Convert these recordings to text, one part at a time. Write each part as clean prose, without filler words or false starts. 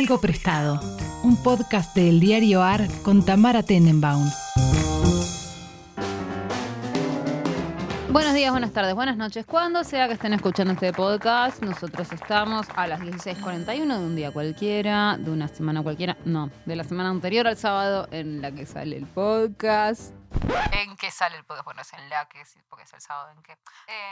Algo Prestado, un podcast del diario AR con Tamara Tenenbaum. Buenos días, buenas tardes, buenas noches. Cuando sea que estén escuchando este podcast, nosotros estamos a las 16:41 de un día cualquiera, de una semana cualquiera, no, de la semana anterior al sábado en la que sale el podcast. ¿En qué sale el podcast? Bueno, es en la que, sí, porque es el sábado en qué.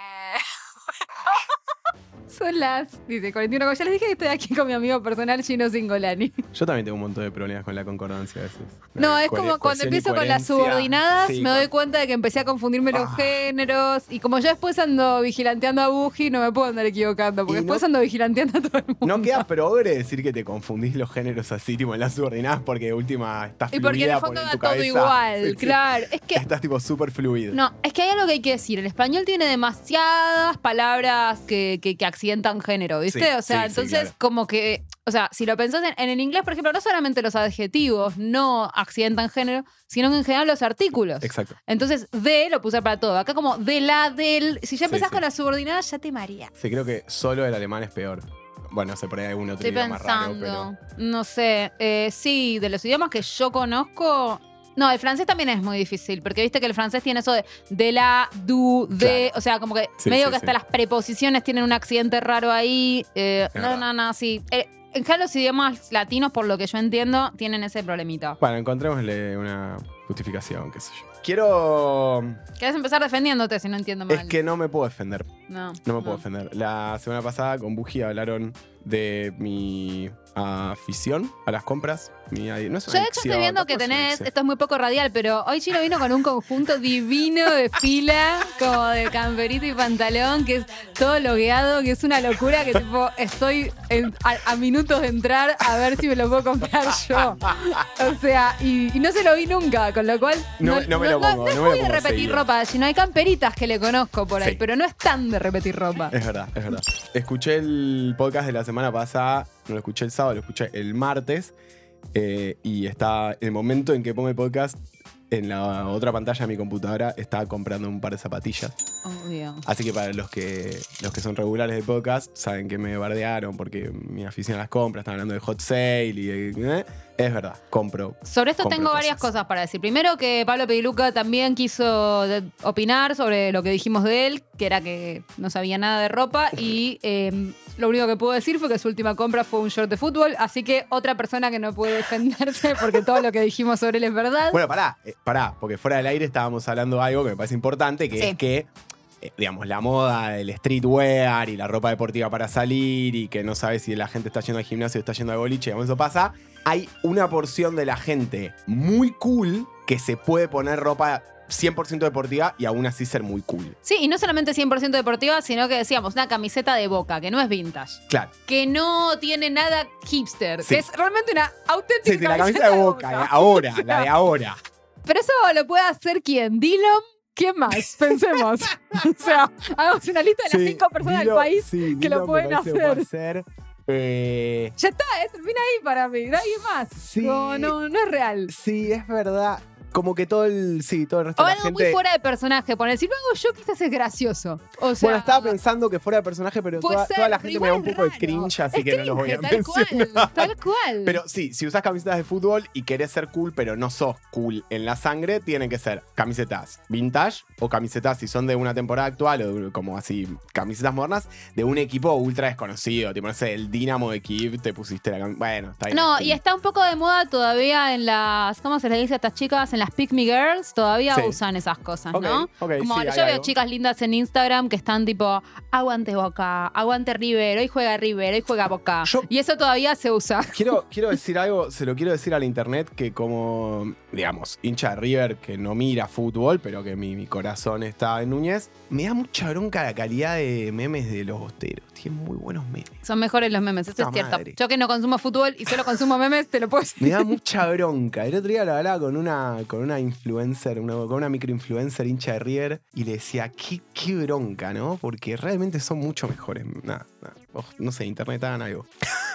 Son las 16:41. Ya les dije que estoy aquí con mi amigo personal Gino Singolani. Yo también tengo un montón de problemas con la concordancia a veces. No, es como cuando empiezo con las subordinadas, sí, me doy cuenta de que empecé a confundirme los géneros. Y como yo después ando vigilanteando a Buji, no me puedo andar equivocando, porque después ando vigilanteando a todo el mundo. No queda progre decir que te confundís los géneros así, tipo en las subordinadas, porque de última estás fluida. Y porque en el fondo da todo igual, sí, claro. Sí. Es que estás tipo súper fluido. No, es que hay algo que hay que decir. El español tiene demasiadas palabras que accidentan género, ¿viste? Sí, o sea, sí, entonces claro. Como que, o sea, si lo pensás en el inglés, por ejemplo, no solamente los adjetivos no accidentan género, sino que en general los artículos. Exacto. Entonces, de lo puse para todo. Acá como de la, del. Si ya empezás Sí. con la subordinada, ya te mareas. Sí, creo que solo el alemán es peor. Bueno, no sé, por ahí hay algún otro Estoy idioma raro, pensando. pero... No sé. Sí, de los idiomas que yo conozco. No, el francés también es muy difícil, porque viste que el francés tiene eso de la, du, de, Claro. o sea, como que Sí, medio sí, que hasta sí. las preposiciones tienen un accidente raro ahí. No, sí. En general los idiomas latinos, por lo que yo entiendo, tienen ese problemita. Bueno, encontrémosle una justificación, qué sé yo. Quiero... ¿Querés empezar defendiéndote si no entiendo mal? Es que no me puedo defender. No No me puedo defender. La semana pasada con Buji hablaron de mi afición a las compras. No es una Yo de hecho adicción, estoy viendo que tampoco es una tenés, adicción. esto es muy poco radial, pero hoy Chino vino con un conjunto divino de fila, como de camperito y pantalón, que es todo logueado, que es una locura, que tipo, estoy a minutos de entrar a ver si me lo puedo comprar yo. O sea, y no se lo vi nunca, con lo cual... No me lo pongo, no no es me lo muy de pongo repetir seguido. ropa, sino hay camperitas que le conozco por ahí, Sí. pero no es tan de repetir ropa. Es verdad, es verdad. Escuché el podcast de la semana pasada, no lo escuché el sábado, lo escuché el martes. Y está, en el momento en que pongo el podcast, en la otra pantalla de mi computadora, estaba comprando un par de zapatillas. Obvio. Así que para los que son regulares del podcast, saben que me bardearon porque mi afición a las compras, están hablando de hot sale y es verdad, compro. Sobre esto compro tengo varias cosas para decir. Primero que Pablo Pidiluca también quiso opinar sobre lo que dijimos de él, que era que no sabía nada de ropa y lo único que pudo decir fue que su última compra fue un short de fútbol, así que otra persona que no puede defenderse porque todo lo que dijimos sobre él es verdad. Bueno, pará, porque fuera del aire estábamos hablando de algo que me parece importante, que Sí. es que, digamos, la moda del streetwear y la ropa deportiva para salir y que no sabes si la gente está yendo al gimnasio o está yendo al boliche, digamos, eso pasa. Hay una porción de la gente muy cool que se puede poner ropa 100% deportiva y aún así ser muy cool. Sí, y no solamente 100% deportiva, sino que decíamos una camiseta de Boca, que no es vintage. Claro. Que no tiene nada hipster, Sí. que es realmente una auténtica Sí, la camiseta de Boca, ahora, O sea, la de ahora. Pero eso lo puede hacer ¿quién? ¿Dillon? ¿Quién más? Pensemos. O sea, hagamos una lista de las 5 personas del país que lo pueden hacer. Ya está, termina ahí para mí, nadie más. Sí. No es real. Sí, es verdad. Como que todo el resto O de la algo gente... muy fuera de personaje. Poner, si lo hago yo, quizás es gracioso. O sea, Bueno, estaba pensando que fuera de personaje, pero puede toda la ser, gente pero me da un igual poco de es cringe, raro. así Es que no los voy a cringe, mencionar. Tal cual. Pero sí, si usas camisetas de fútbol y querés ser cool, pero no sos cool en la sangre, tienen que ser camisetas vintage o camisetas, si son de una temporada actual o como así, camisetas modernas, de un equipo ultra desconocido. Tipo, no sé, el Dinamo de Kiev, te pusiste la camiseta. Bueno, está bien. No, y está un poco de moda todavía en las... ¿Cómo se les dice a estas chicas? En las Pick Me Girls todavía Sí. usan esas cosas, Ok, ¿no? ok, Como sí, yo hay veo algo. chicas lindas en Instagram que están tipo, aguante Boca, aguante River, hoy juega River, hoy juega Boca. Yo- Y eso todavía se usa. Quiero decir algo, se lo quiero decir a la internet, que como, digamos, hincha de River que no mira fútbol, pero que mi corazón está en Núñez, me da mucha bronca la calidad de memes de los bosteros. Tienen muy buenos memes. Son mejores los memes, eso es Puta cierto. madre. Yo que no consumo fútbol y solo consumo memes, te lo puedo decir. Me da mucha bronca. El otro día lo hablaba con una influencer, con una microinfluencer hincha de River, y le decía, qué bronca, ¿no? Porque realmente son mucho mejores. Nada. No sé, internet hagan algo.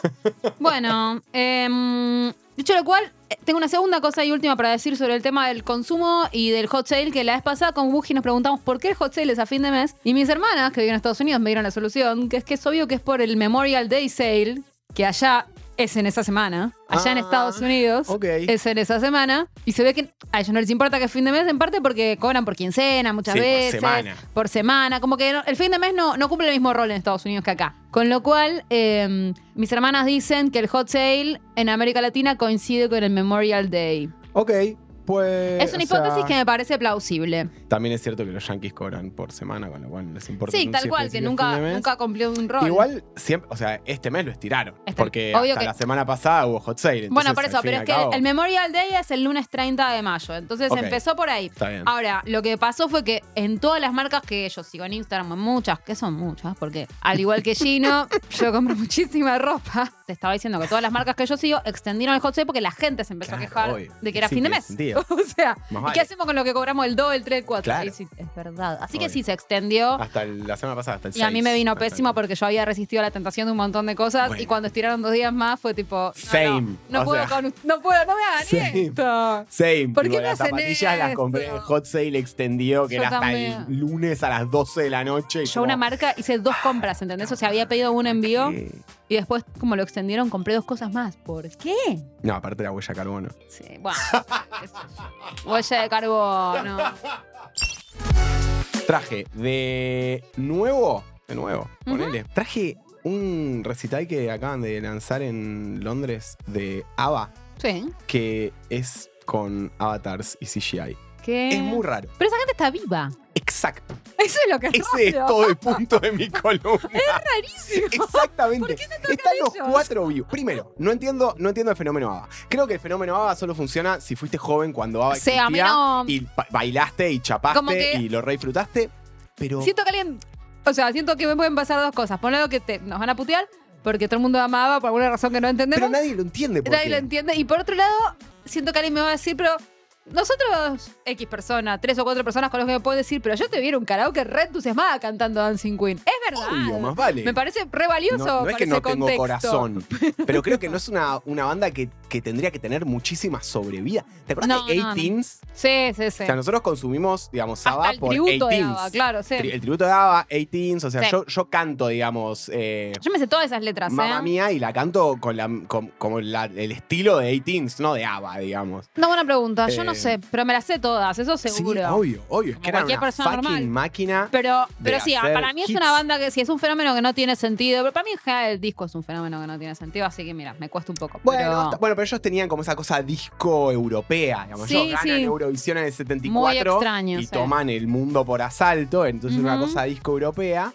Bueno, dicho lo cual, tengo una segunda cosa y última para decir sobre el tema del consumo y del hot sale, que la vez pasada con Buji nos preguntamos por qué el hot sale es a fin de mes, y mis hermanas, que viven en Estados Unidos, me dieron la solución, que es obvio que es por el Memorial Day Sale, que allá es en esa semana. Allá en Estados Unidos ok. es en esa semana. Y se ve que a ellos no les importa que es fin de mes, en parte porque cobran por quincena muchas Sí, por veces. semana. Por semana. Como que el fin de mes no cumple el mismo rol en Estados Unidos que acá. Con lo cual, mis hermanas dicen que el hot sale en América Latina coincide con el Memorial Day. Ok, pues... Es una hipótesis que me parece plausible. También es cierto que los yankees cobran por semana, con lo cual les importa. Sí, tal cual, que nunca cumplió un rol. Igual, siempre, o sea, este mes lo estiraron. Porque obvio hasta que- la semana pasada hubo hot sale. Entonces, Bueno, por eso, al fin pero y es al que cabo, el Memorial Day es el lunes 30 de mayo. Entonces Ok. empezó por ahí. Está bien. Ahora, lo que pasó fue que en todas las marcas que yo sigo en Instagram, en muchas, que son muchas, porque al igual que Gino, yo compro muchísima ropa. Te estaba diciendo que todas las marcas que yo sigo extendieron el hot sale porque la gente se empezó a Claro, quejar obvio. de que era Sí, fin de tiene mes. sentido. O sea, Más ¿y vale. qué hacemos con lo que cobramos el 2, el 3, el 4? Claro. Y sí, es verdad. Así que Obvio. sí, se extendió. Hasta la semana pasada, hasta el 6. Y a mí me vino pésimo porque yo había resistido a la tentación de un montón de cosas Bueno. y cuando estiraron 2 días más fue tipo... no, Same. No, O puedo, sea, no me hagan same. esto. Same. ¿Por qué Tipo, me las hacen zapatillas las compré en esto? hot sale extendido, que Yo era hasta también. el lunes a las 12 de la noche. y Yo una marca hice 2 compras, ¿entendés? O sea, había pedido un envío y después como lo extendieron compré 2 cosas más. ¿Por qué? No, aparte la huella de carbono. Sí, bueno. qué sé yo. Huella de carbono. Traje de nuevo, ponele. Traje un recital que acaban de lanzar en Londres de ABBA, Sí. que es con avatars y CGI. ¿Qué? Es muy raro. Pero esa gente está viva. Exacto. Eso es lo que Ese es raro. todo el punto de mi columna. Rarísimo. Exactamente. Están los ellos? 4 views. Primero, no entiendo el fenómeno ABBA. Creo que el fenómeno ABBA solo funciona si fuiste joven cuando ABBA Sí, existía a mí no- y bailaste y Como chapaste que- y lo re disfrutaste. Pero Siento que alguien. O sea, siento que me pueden pasar 2 cosas. Por un lado, que nos van a putear porque todo el mundo amaba por alguna razón que no entendemos. nadie lo entiende. ¿Por Nadie qué? lo entiende. Y por otro lado, siento que alguien me va a decir, pero nosotros, X persona, 3 o 4 personas con los que me puedo decir, pero yo te vi en un karaoke re entusiasmada cantando Dancing Queen. Es verdad. Obvio, más vale. Me parece re valioso. No es para que no ese tengo contexto. corazón, pero creo que no es una banda que tendría que tener muchísima sobrevida. ¿Te acuerdas No, de no, no. 18s? Sí, sí, sí. O sea, nosotros consumimos, digamos, Hasta ABBA el por tributo de 18s. ABBA, claro, sí. El tributo de ABBA, 18s, o sea, Sí. yo canto, digamos, Yo me sé todas esas letras, Mamma Mía y la canto con el estilo de 18s, no de ABBA, digamos. Una buena pregunta. Yo no Eh, sé, pero me las sé todas, eso seguro. Sí, obvio. Es Como que era cualquier una persona fucking normal. máquina. Pero de sí, hacer para mí es hits. una banda que sí es un fenómeno que no tiene sentido. Pero para mí en general el disco es un fenómeno que no tiene sentido, así que mira, me cuesta un poco. Bueno, pero pero ellos tenían como esa cosa disco europea, digamos. Sí, Ellos ganan sí. Eurovisión en el 74 Muy extraño, y sí. toman el mundo por asalto, entonces una Ujú. cosa disco europea.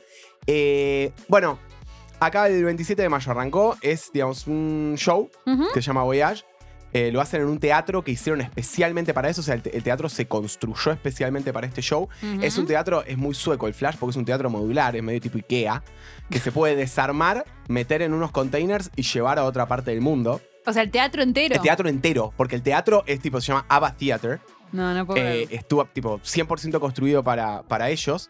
Bueno, acá el 27 de mayo arrancó, es, digamos, un show Ujú. que se llama Voyage. Lo hacen en un teatro que hicieron especialmente para eso, o sea, el teatro se construyó especialmente para este show. Ujú. Es un teatro, es muy sueco el Flash, porque es un teatro modular, es medio tipo Ikea, que se puede desarmar, meter en unos containers y llevar a otra parte del mundo. O sea, el teatro entero. El teatro entero, porque el teatro es tipo, se llama ABBA Theater. No puedo creer. Estuvo tipo 100% construido para ellos.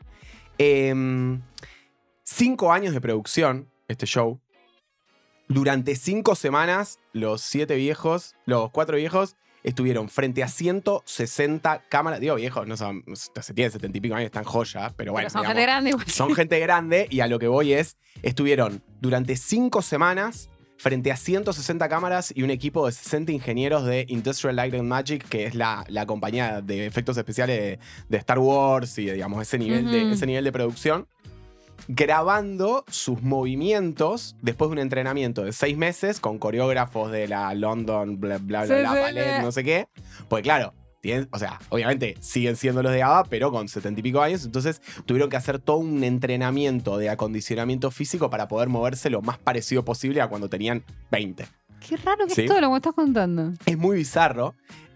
5 años de producción, este show. Durante 5 semanas, los 4 viejos, estuvieron frente a 160 cámaras. Digo viejos, no son, se tienen 70 y pico años, están joyas, pero bueno. Pero son digamos, gente grande igual. son gente grande y a lo que voy es, estuvieron durante 5 semanas frente a 160 cámaras y un equipo de 60 ingenieros de Industrial Light and Magic, que es la compañía de efectos especiales de Star Wars y digamos ese nivel, Ujú. ese nivel de producción, grabando sus movimientos después de un entrenamiento de 6 meses con coreógrafos de la London bla bla bla, Sí, bla sí, ballet, sí. no sé qué. Pues claro, o sea, obviamente siguen siendo los de ABBA, pero con 70 y pico años. Entonces tuvieron que hacer todo un entrenamiento de acondicionamiento físico para poder moverse lo más parecido posible a cuando tenían 20. Qué raro que Sí. es todo lo que me estás contando. Es muy bizarro.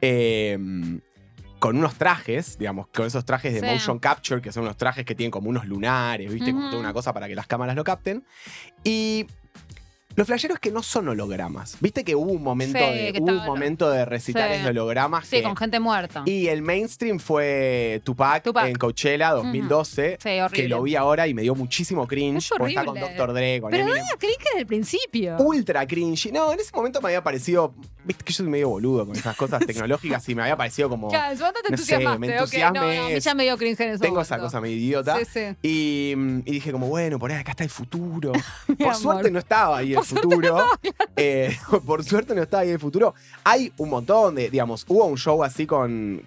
Con unos trajes, digamos, con esos trajes de Sí. motion capture, que son unos trajes que tienen como unos lunares, ¿viste? Como Ujú. toda una cosa para que las cámaras lo capten. Y lo flashero es que no son hologramas. ¿Viste que hubo un momento, Sí, que estaba de recitales Sí. de hologramas? Sí, que- con gente muerta. Y el mainstream fue Tupac en Coachella 2012, Sí, horrible. que lo vi ahora y me dio muchísimo cringe. Es porque está con horrible. Dr. Dre, con Pero Eminem. creí que desde el principio. Ultra cringe. No, en ese momento me había parecido viste que yo soy medio boludo con esas cosas tecnológicas y me había parecido como. Claro, en su momento te no sé, entusiasmaste. me ok, entusiasmé. no, a mí ya me dio cringe en eso. Tengo esa cosa medio idiota. Sí, sí. Y dije como, bueno, por ahí acá está el futuro. Mi Por amor. suerte no estaba ahí el futuro. Por suerte no estaba ahí el futuro. Hay un montón de, digamos, hubo un show así con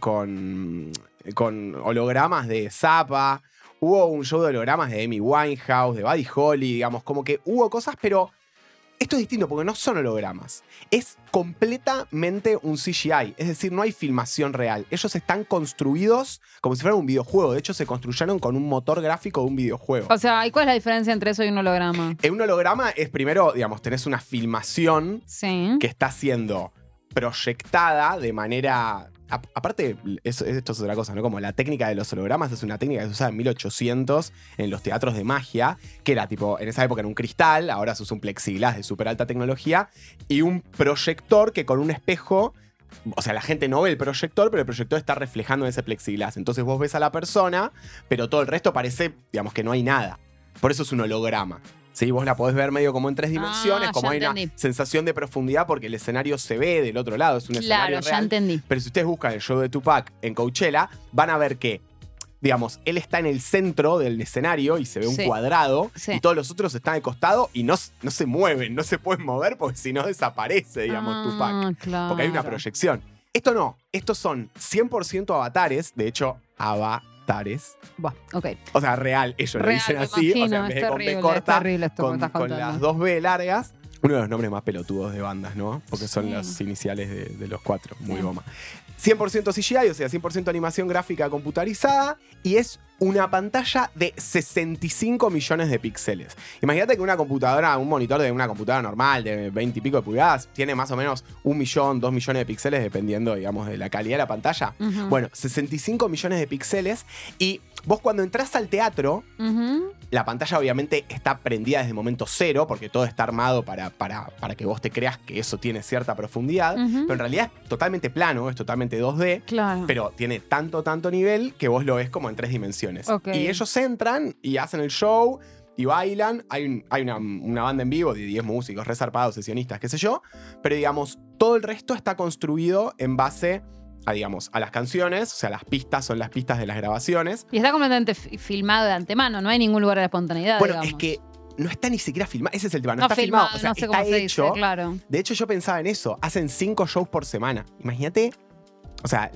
hologramas de Zappa. Hubo un show de hologramas de Amy Winehouse, de Buddy Holly, digamos, como que hubo cosas, pero esto es distinto porque no son hologramas. Es completamente un CGI, es decir, no hay filmación real. Ellos están construidos como si fuera un videojuego. De hecho, se construyeron con un motor gráfico de un videojuego. O sea, ¿y cuál es la diferencia entre eso y un holograma? Un holograma es primero, digamos, tenés una filmación Sí. que está siendo proyectada de manera. Aparte, esto es otra cosa, ¿no? Como la técnica de los hologramas es una técnica que se usaba en 1800 en los teatros de magia, que era tipo, en esa época era un cristal, ahora se usa un plexiglas de súper alta tecnología, y un proyector que con un espejo, o sea, la gente no ve el proyector, pero el proyector está reflejando en ese plexiglas. Entonces vos ves a la persona, pero todo el resto parece, digamos, que no hay nada. Por eso es un holograma. ¿Sí? Vos la podés ver medio como en 3 dimensiones, como ya hay entendí. una sensación de profundidad porque el escenario se ve del otro lado, es un escenario Claro, ya real. entendí. Pero si ustedes buscan el show de Tupac en Coachella, van a ver que, digamos, él está en el centro del escenario y se ve un Sí. cuadrado Sí. y todos los otros están al costado y no se mueven, no se pueden mover porque si no desaparece, digamos, Tupac. Claro. Porque hay una proyección. Esto no, estos son 100% avatares, de hecho, avatares. Buah, ok. O sea, real, ellos lo Real, dicen me así, imagino, o sea, en vez es de con terrible, B es corta, terrible esto que me con estás contando. las 2 B largas. Uno de los nombres más pelotudos de bandas, ¿no? Porque son Sí. las iniciales de los 4. Muy Sí. goma. 100% CGI, o sea, 100% animación gráfica computarizada. Y es una pantalla de 65 millones de píxeles. Imagínate que una computadora, un monitor de una computadora normal de 20 y pico de pulgadas, tiene más o menos 1 millón, 2 millones de píxeles, dependiendo, digamos, de la calidad de la pantalla. Ujú. Bueno, 65 millones de píxeles. Y vos cuando entras al teatro, Ujú. la pantalla obviamente está prendida desde el momento cero, porque todo está armado para que vos te creas que eso tiene cierta profundidad, Ujú. pero en realidad es totalmente plano, es totalmente 2D, Claro. pero tiene tanto nivel que vos lo ves como en 3 dimensiones. Ok. Y ellos entran y hacen el show y bailan. Hay una banda en vivo de 10 músicos, resarpados, sesionistas, qué sé yo, pero digamos, todo el resto está construido en base a, digamos, a las canciones, o sea, las pistas son las pistas de las grabaciones. Y está completamente filmado de antemano, no hay ningún lugar de espontaneidad. Bueno, digamos. es que no está ni siquiera filmado. Ese es el tema. No, No está filmado, filmado. O sea, no sé está cómo se hecho. dice, claro. De hecho, yo pensaba en eso. Hacen 5 shows por semana. Imagínate, o sea,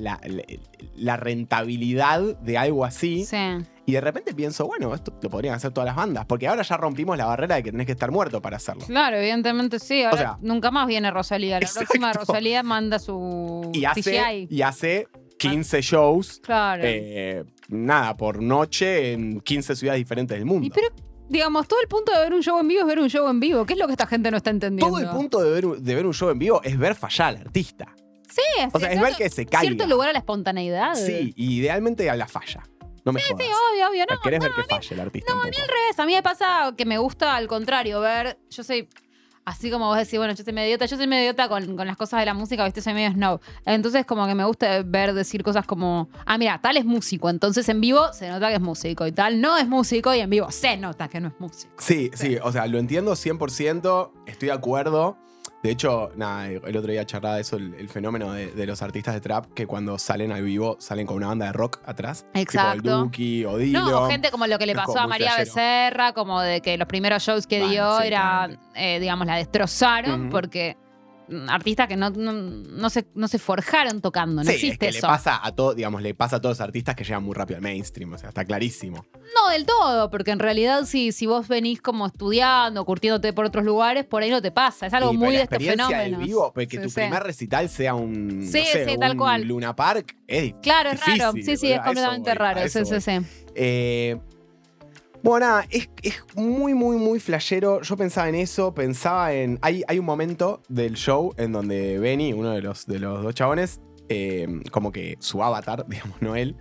la rentabilidad de algo así. Sí. Y de repente pienso, bueno, esto lo podrían hacer todas las bandas. Porque ahora ya rompimos la barrera de que tenés que estar muerto para hacerlo. Claro, evidentemente sí. Ahora sea, nunca más viene Rosalía. La exacto. próxima Rosalía manda su Y CGI. hace 15 shows. Claro. Nada, por noche en 15 ciudades diferentes del mundo. Y pero, digamos, todo el punto de ver un show en vivo es ver un show en vivo. ¿Qué es lo que esta gente no está entendiendo? Todo el punto de ver un show en vivo es ver fallar al artista. Sí, O sea, es ver que se caiga. cierto lugar a la espontaneidad. Sí, y idealmente a la falla. No me jodas. Sí, obvio, no. Querés ver que falle el artista un poco. Al revés, a mí me pasa que me gusta al contrario, ver, yo soy, así como vos decís, bueno, yo soy medio idiota con las cosas de la música, viste, soy medio snob. Entonces como que me gusta decir cosas como, mira, tal es músico, entonces en vivo se nota que es músico, y tal no es músico, y en vivo se nota que no es músico. Sí, o sea, lo entiendo 100%, estoy de acuerdo. De hecho, nada, el otro día charlaba de eso, el fenómeno de los artistas de trap, que cuando salen al vivo salen con una banda de rock atrás. Exacto. Tipo el Duki o Dillon. No, o gente como lo que le Es pasó como a muy María flashero. Becerra, como de que los primeros shows que Bueno, dio sí, eran, digamos, la destrozaron Ujú. porque artistas que no se forjaron tocando, no Sí, existe es que eso. le pasa a todo, digamos, le pasa a todos los artistas que llegan muy rápido al mainstream, o sea, está clarísimo. No del todo, porque en realidad si vos venís como estudiando, curtiéndote por otros lugares, por ahí no te pasa. Es algo Y, muy pero de la estos experiencia fenómenos. del vivo, porque Sí, tu sí. primer recital sea un, Sí, no sé, sí, tal un cual. Luna Park, es Claro, es difícil, raro. Sí, sí, boludo, es a completamente eso voy, raro. a Sí, eso sí, voy. sí. Bueno, nada, es muy, muy, muy flashero. Yo pensaba en eso, pensaba en. Hay un momento del show en donde Benny, uno de los 2 chabones, como que su avatar, digamos, no él,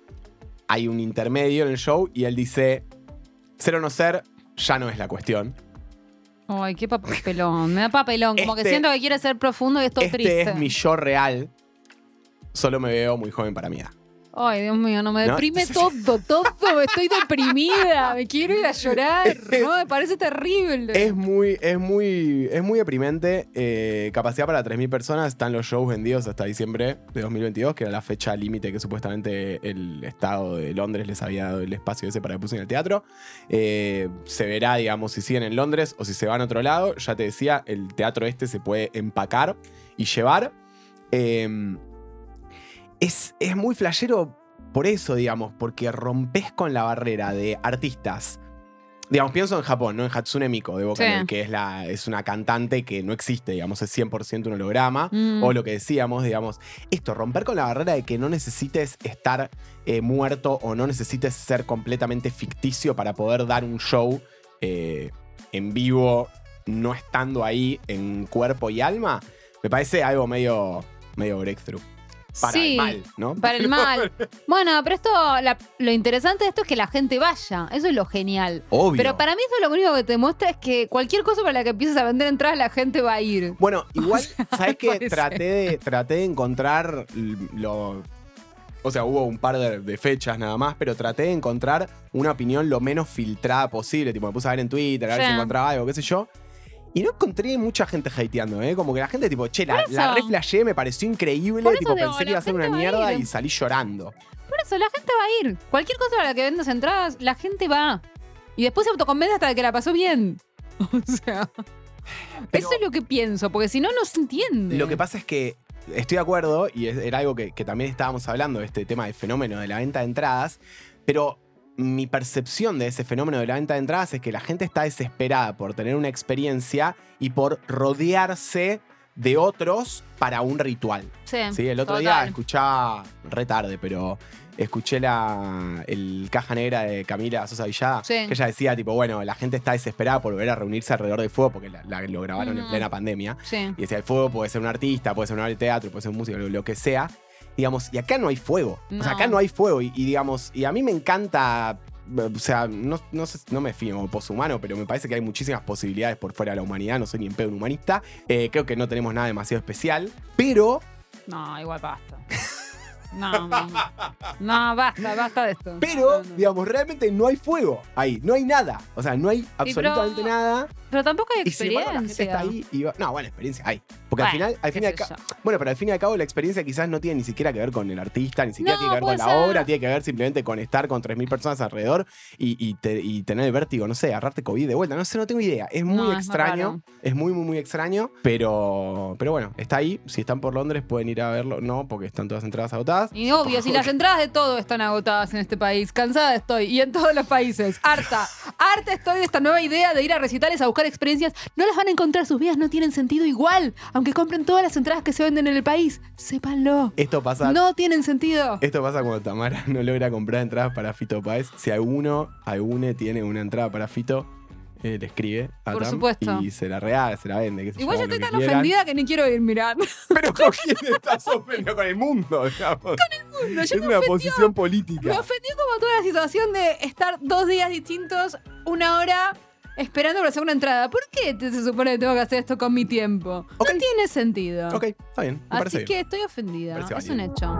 hay un intermedio en el show y él dice: ser o no ser ya no es la cuestión. Ay, qué papelón. Me da papelón. Como que Este- siento que quiere ser profundo y es todo Este triste. es mi yo real. Solo me veo muy joven para mi edad. Ay, Dios mío, no me ¿No? deprime todo, estoy deprimida, me quiero ir a llorar, no, me parece terrible. Es muy deprimente. Capacidad para 3.000 personas. Están los shows vendidos hasta diciembre de 2022, que era la fecha límite que supuestamente el Estado de Londres les había dado el espacio ese para que pusiesen el teatro. Se verá, digamos, si siguen en Londres o si se van a otro lado. Ya te decía, el teatro este se puede empacar y llevar. Es muy flashero por eso, digamos, porque rompes con la barrera de artistas. Digamos, pienso en Japón, ¿no? En Hatsune Miku de Vocaloid, Sí. que es una cantante que no existe, digamos, es 100% un holograma. O lo que decíamos, digamos, romper con la barrera de que no necesites estar muerto o no necesites ser completamente ficticio para poder dar un show en vivo, no estando ahí en cuerpo y alma, me parece algo medio breakthrough. Para sí, el mal, ¿no? para el mal. Bueno, pero esto, lo interesante de esto es que la gente vaya. Eso es lo genial. Obvio. Pero para mí eso lo único que te muestra es que cualquier cosa para la que empieces a vender entradas, la gente va a ir. Bueno, igual, ¿sabes qué? parece. Traté de encontrar lo... O sea, hubo un par de fechas nada más, pero traté de encontrar una opinión lo menos filtrada posible. Tipo, me puse a ver en Twitter, a ver Sí. si encontraba algo, qué sé yo. Y no encontré mucha gente hateando, ¿eh? Como que la gente, tipo, che, Por la eso. re flashé, me pareció increíble. Por eso Tipo, digo, pensé que la iba a ser una gente va a mierda ir. y salí llorando. Por eso, la gente va a ir. Cualquier cosa para la que vendas entradas, la gente va. Y después se autoconvence hasta que la pasó bien. O sea, Pero- eso es lo que pienso, porque si no, no se entiende. Lo que pasa es que estoy de acuerdo, y era algo que también estábamos hablando, este tema del fenómeno de la venta de entradas, pero mi percepción de ese fenómeno de la venta de entradas es que la gente está desesperada por tener una experiencia y por rodearse de otros para un ritual. Sí, ¿Sí? El otro día total. escuchaba, re tarde, pero escuché el Caja Negra de Camila Sosa Villada, Sí. que ella decía, tipo, bueno, la gente está desesperada por volver a reunirse alrededor del fuego porque lo grabaron en plena pandemia. Sí. Y decía, el fuego puede ser un artista, puede ser una obra de teatro, puede ser un músico, lo que sea. Digamos, y acá no hay fuego. O sea, No. acá no hay fuego. Y digamos, y a mí me encanta. O sea, no me fío como poshumano, pero me parece que hay muchísimas posibilidades por fuera de la humanidad. No soy ni en pedo un humanista. Creo que no tenemos nada demasiado especial. Pero No, igual basta. No, basta de esto. Pero, No. digamos, realmente no hay fuego ahí, no hay nada. O sea, no hay absolutamente nada. Pero tampoco hay Y sin embargo, la gente experiencia. está ahí y va. No, bueno, experiencia hay. Porque Bueno, al fin y qué al sé cabo. yo. Bueno, pero al fin y al cabo la experiencia quizás no tiene ni siquiera que ver con el artista, ni siquiera No, tiene que ver con puede la ser. obra, tiene que ver simplemente con estar con 3.000 personas alrededor y tener el vértigo, no sé, agarrarte COVID de vuelta. No sé, no tengo idea. Es muy No, es extraño. raro. Es muy extraño. Pero bueno, está ahí. Si están por Londres pueden ir a verlo. No, porque están todas entradas agotadas. Y obvio, si las entradas de todo están agotadas en este país. Cansada estoy. Y en todos los países. Harta estoy de esta nueva idea de ir a recitales a buscar experiencias. No las van a encontrar, sus vidas no tienen sentido igual. Aunque compren todas las entradas que se venden en el país. Sépanlo. Esto pasa. No tienen sentido. Esto pasa cuando Tamara no logra comprar entradas para Fito Páez. Si alguno tiene una entrada para Fito, le escribe a Por Tam supuesto. y se la regala, se la vende. Qué sé Igual yo, yo lo estoy que tan quieran. ofendida que ni quiero ir, mirá. Pero ¿con quién estás ofendiendo? Con el mundo, digamos. Yo Es me una ofendió. posición Me política. ofendió como toda la situación de estar 2 días distintos, 1 hora esperando para hacer una entrada. ¿Por qué se supone que tengo que hacer esto con mi tiempo? Ok. No tiene sentido. Ok, está bien, me parece Así bien. que estoy ofendida. Parece Es válido. un hecho.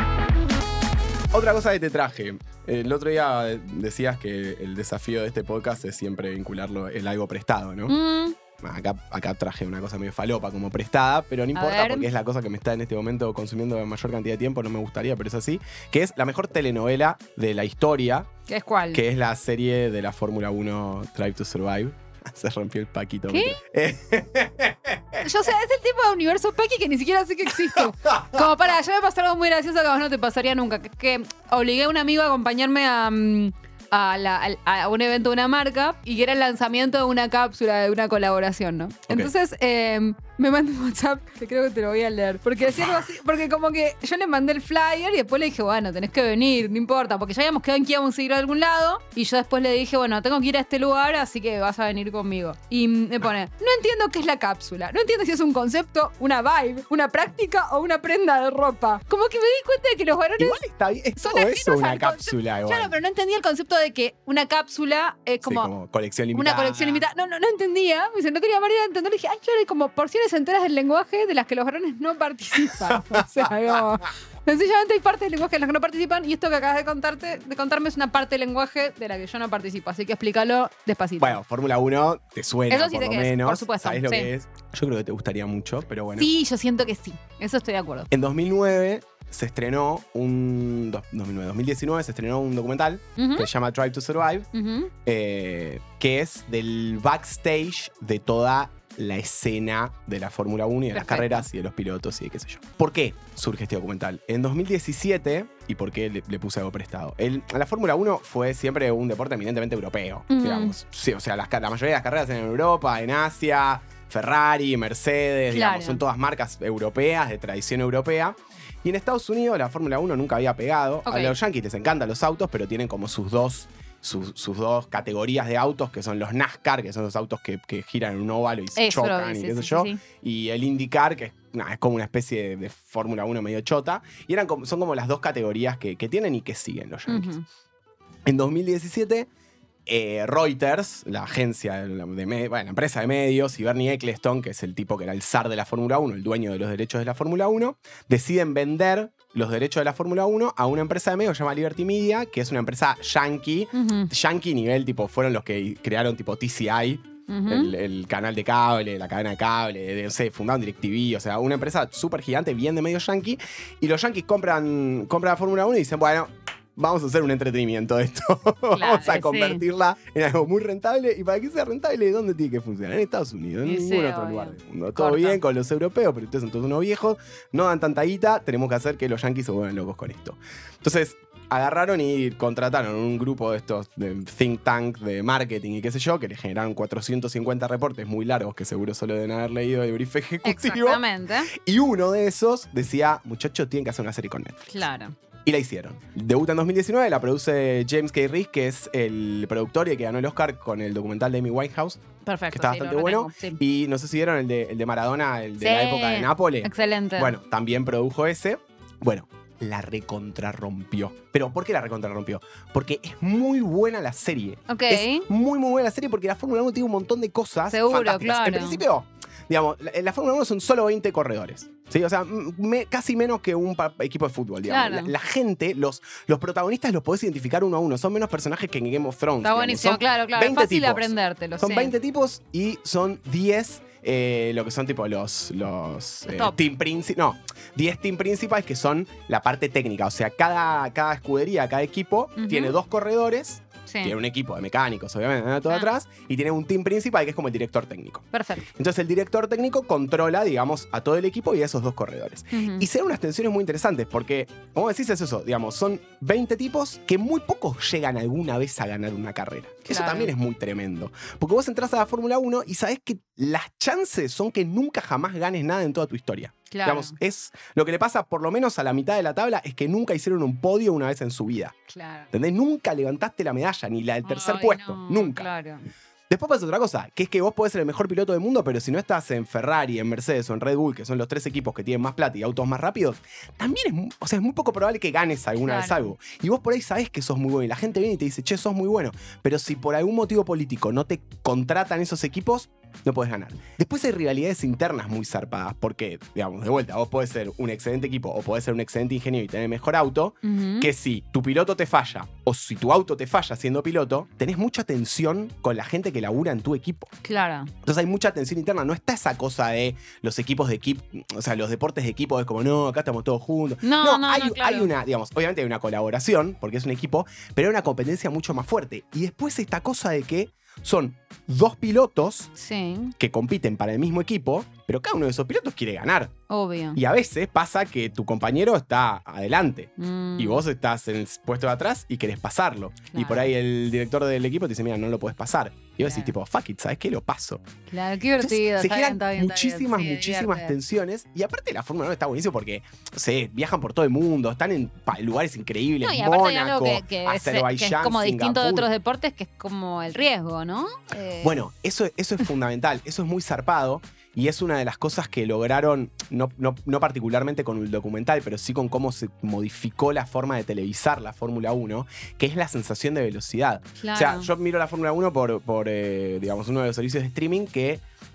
Otra cosa que te traje. El otro día decías que el desafío de este podcast es siempre vincularlo el algo prestado, ¿no? Acá traje una cosa medio falopa como prestada, pero no importa ver. porque es la cosa que me está en este momento consumiendo la mayor cantidad de tiempo, no me gustaría, pero es así, que es la mejor telenovela de la historia, ¿Qué es cuál? que es la serie de la Fórmula 1 Drive to Survive. Se rompió el paquito. ¿Qué? Yo Yo, o sea, es el tipo de universo Paki que ni siquiera sé que existe. Como para, ya me pasó algo muy gracioso que a vos no te pasaría nunca. Que obligué a un amigo a acompañarme a un evento de una marca y que era el lanzamiento de una cápsula de una colaboración, ¿no? Entonces me mandó un WhatsApp que creo que te lo voy a leer. Porque decía algo así, porque como que yo le mandé el flyer y después le dije, bueno, tenés que venir, no importa, porque ya habíamos quedado en que íbamos a ir a algún lado. Y yo después le dije, bueno, tengo que ir a este lugar, así que vas a venir conmigo. Y me pone, no entiendo qué es la cápsula, no entiendo si es un concepto, una vibe, una práctica o una prenda de ropa. Como que me di cuenta de que los varones Igual está bien, es son todo ajenos eso una al cápsula igual. Claro, pero no entendía el concepto de que una cápsula es Sí, como colección limitada. una colección limitada. No entendía. Me dice, no tenía manera de entender. Le dije, ay, claro, hay como porciones secciones enteras del lenguaje de las que los varones no participan. O sea, como, sencillamente hay partes del lenguaje en las que no participan y esto que acabas de contarme es una parte del lenguaje de la que yo no participo. Así que explícalo despacito. Bueno, Fórmula 1 te suena, Eso sí por sé lo que es, menos. por supuesto, ¿Sabés lo sí. que es? Yo creo que te gustaría mucho, pero bueno. Sí, yo siento que sí. Eso estoy de acuerdo. En 2009 se estrenó 2019 se estrenó un documental Ujú. que se llama Drive to Survive, Ujú. que es del backstage de toda la escena de la Fórmula 1 y de las Perfecto. carreras y de los pilotos y de qué sé yo. ¿Por qué surge este documental? En 2017, ¿y por qué le puse algo prestado? La Fórmula 1 fue siempre un deporte eminentemente europeo, digamos. Sí, o sea, la mayoría de las carreras en Europa, en Asia, Ferrari, Mercedes, Claro. digamos, son todas marcas europeas, de tradición europea. Y en Estados Unidos la Fórmula 1 nunca había pegado. Ok. A los Yankees les encantan los autos, pero tienen como sus dos categorías de autos, que son los NASCAR, que son los autos que giran en un óvalo y se Eso lo chocan vi, y sí, qué sé sí, yo. sí. Y el IndyCar, que es como una especie de Fórmula 1 medio chota. Y son como las dos categorías que tienen y que siguen los Yankees. Ujú. En 2017, Reuters, la agencia, la empresa de medios, y Bernie Ecclestone, que es el tipo que era el zar de la Fórmula 1, el dueño de los derechos de la Fórmula 1, deciden vender los derechos de la Fórmula 1 a una empresa de medios llamada Liberty Media, que es una empresa yankee. Ujú. Yankee nivel, tipo, fueron los que crearon tipo TCI, Ujú. el canal de cable, la cadena de cable, no sé, fundaron DirecTV, o sea, una empresa súper gigante, bien de medios yankee. Y los yankees compran la Fórmula 1 y dicen, bueno, vamos a hacer un entretenimiento de esto. Vamos a sí. convertirla en algo muy rentable. Y para que sea rentable, ¿dónde tiene que funcionar? En Estados Unidos, en Y ningún sí, otro obvio. lugar del mundo. Todo Corta. bien con los europeos, pero ustedes son todos unos viejos, no dan tanta guita, tenemos que hacer que los yankees se vuelvan locos con esto. Entonces, agarraron y contrataron un grupo de estos de think tank de marketing y qué sé yo, que le generaron 450 reportes muy largos que seguro solo deben haber leído el brief ejecutivo. Exactamente. Y uno de esos decía, muchachos, tienen que hacer una serie con Netflix. Claro. Y la hicieron. Debuta en 2019, la produce James K. Reese, que es el productor y el que ganó el Oscar con el documental de Amy Winehouse, Perfecto. que está sí, lo bastante bueno. retengo, sí. Y no sé si vieron el de Maradona, el de Sí. la época de Nápoles. Excelente. Bueno, también produjo ese. Bueno, la recontrarrompió. ¿Pero por qué la recontrarrompió? Porque es muy buena la serie. Ok. Es muy, muy buena la serie porque la Fórmula 1 tiene un montón de cosas Seguro, fantásticas. claro. En principio, digamos, en la Fórmula 1 son solo 20 corredores. ¿Sí? O sea, casi menos que un equipo de fútbol, digamos. Claro. La gente, los protagonistas los podés identificar uno a uno. Son menos personajes que en Game of Thrones. Está digamos. buenísimo, Son claro. Es 20 fácil de tipos. aprendértelo. Son sí. 20 tipos y son 10 lo que son tipo los top. team principales. No, 10 team principales que son la parte técnica. O sea, cada escudería, cada equipo Ujú. tiene 2 corredores. Sí. Tiene un equipo de mecánicos, obviamente, todo Ah. atrás. Y tiene un team principal que es como el director técnico. Perfecto. Entonces el director técnico controla, digamos, a todo el equipo y a esos 2 corredores. Ujú. Y se dan unas tensiones muy interesantes porque, como decís, es eso, digamos, son 20 tipos que muy pocos llegan alguna vez a ganar una carrera. Eso Claro. también es muy tremendo. Porque vos entras a la Fórmula 1 y sabés que las chances son que nunca jamás ganes nada en toda tu historia. Claro. Digamos, es lo que le pasa por lo menos a la mitad de la tabla es que nunca hicieron un podio una vez en su vida. Claro. ¿Entendés? Nunca levantaste la medalla, ni la del tercer Ay, puesto. no, Nunca. Claro. Después pasa otra cosa, que es que vos podés ser el mejor piloto del mundo, pero si no estás en Ferrari, en Mercedes o en Red Bull, que son los 3 equipos que tienen más plata y autos más rápidos, también es muy poco probable que ganes alguna vez Claro. algo. Y vos por ahí sabés que sos muy bueno y la gente viene y te dice, che, sos muy bueno. Pero si por algún motivo político no te contratan esos equipos, no podés ganar. Después hay rivalidades internas muy zarpadas, porque, digamos, de vuelta, vos podés ser un excelente equipo o podés ser un excelente ingeniero y tener el mejor auto, Ujú. que si tu piloto te falla o si tu auto te falla siendo piloto, tenés mucha tensión con la gente que labura en tu equipo. Claro. Entonces hay mucha tensión interna. No está esa cosa de los equipos de equipo, o sea, los deportes de equipo es como, no, acá estamos todos juntos. No, hay claro. una, digamos, obviamente hay una colaboración, porque es un equipo, pero hay una competencia mucho más fuerte. Y después esta cosa de que son 2 pilotos Sí, que compiten para el mismo equipo, pero cada uno de esos pilotos quiere ganar. obvio. Y a veces pasa que tu compañero está adelante. Mm. Y vos estás en el puesto de atrás y querés pasarlo. Y Claro. por ahí el director del equipo te dice, mira, no lo podés pasar. Y vos decís, Claro. tipo, fuck it, ¿sabes qué? Lo paso. Claro, qué Entonces, divertido. se está generan bien, está bien, está bien. muchísimas, Sí, muchísimas divierte. tensiones. Y aparte la Fórmula 1 está buenísimo porque, no sé, viajan por todo el mundo, están en lugares increíbles. No, y aparte hay algo Mónaco, que es Azerbaiyán, como distinto de Singapur. otros deportes, que es como el riesgo, ¿no? Bueno, eso es fundamental, eso es muy zarpado y es una de las cosas que lograron, no particularmente con el documental, pero sí con cómo se modificó la forma de televisar la Fórmula 1, que es la sensación de velocidad. Claro. O sea, yo miro la Fórmula 1 por digamos, uno de los servicios de streaming que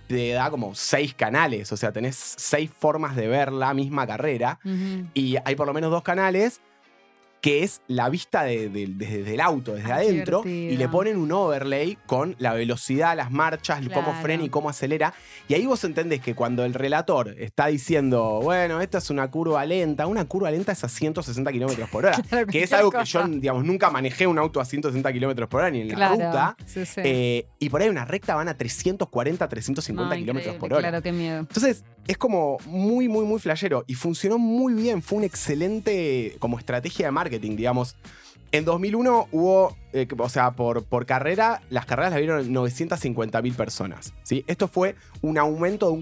te da como 6 canales, o sea, tenés 6 formas de ver la misma carrera. Y hay por lo menos 2 canales que es la vista desde el auto, desde adentro, divertido. y le ponen un overlay con la velocidad, las marchas, cómo Claro. frena y cómo acelera. Y ahí vos entendés que cuando el relator está diciendo, bueno, esta es una curva lenta es a 160 kilómetros por hora, Claro, que es cualquier algo que cosa. yo, digamos, nunca manejé un auto a 160 kilómetros por hora ni en la Claro. ruta. Sí, sí. Y por ahí una recta van a 340, 350 No, kilómetros increíble, por hora. Claro, qué miedo. Entonces, es como muy, muy, muy flashero. Y funcionó muy bien. Fue un excelente como estrategia de marketing, digamos. En 2001 hubo, o sea, por carrera, las carreras las vieron 950.000 personas. ¿Sí? Esto fue un aumento de un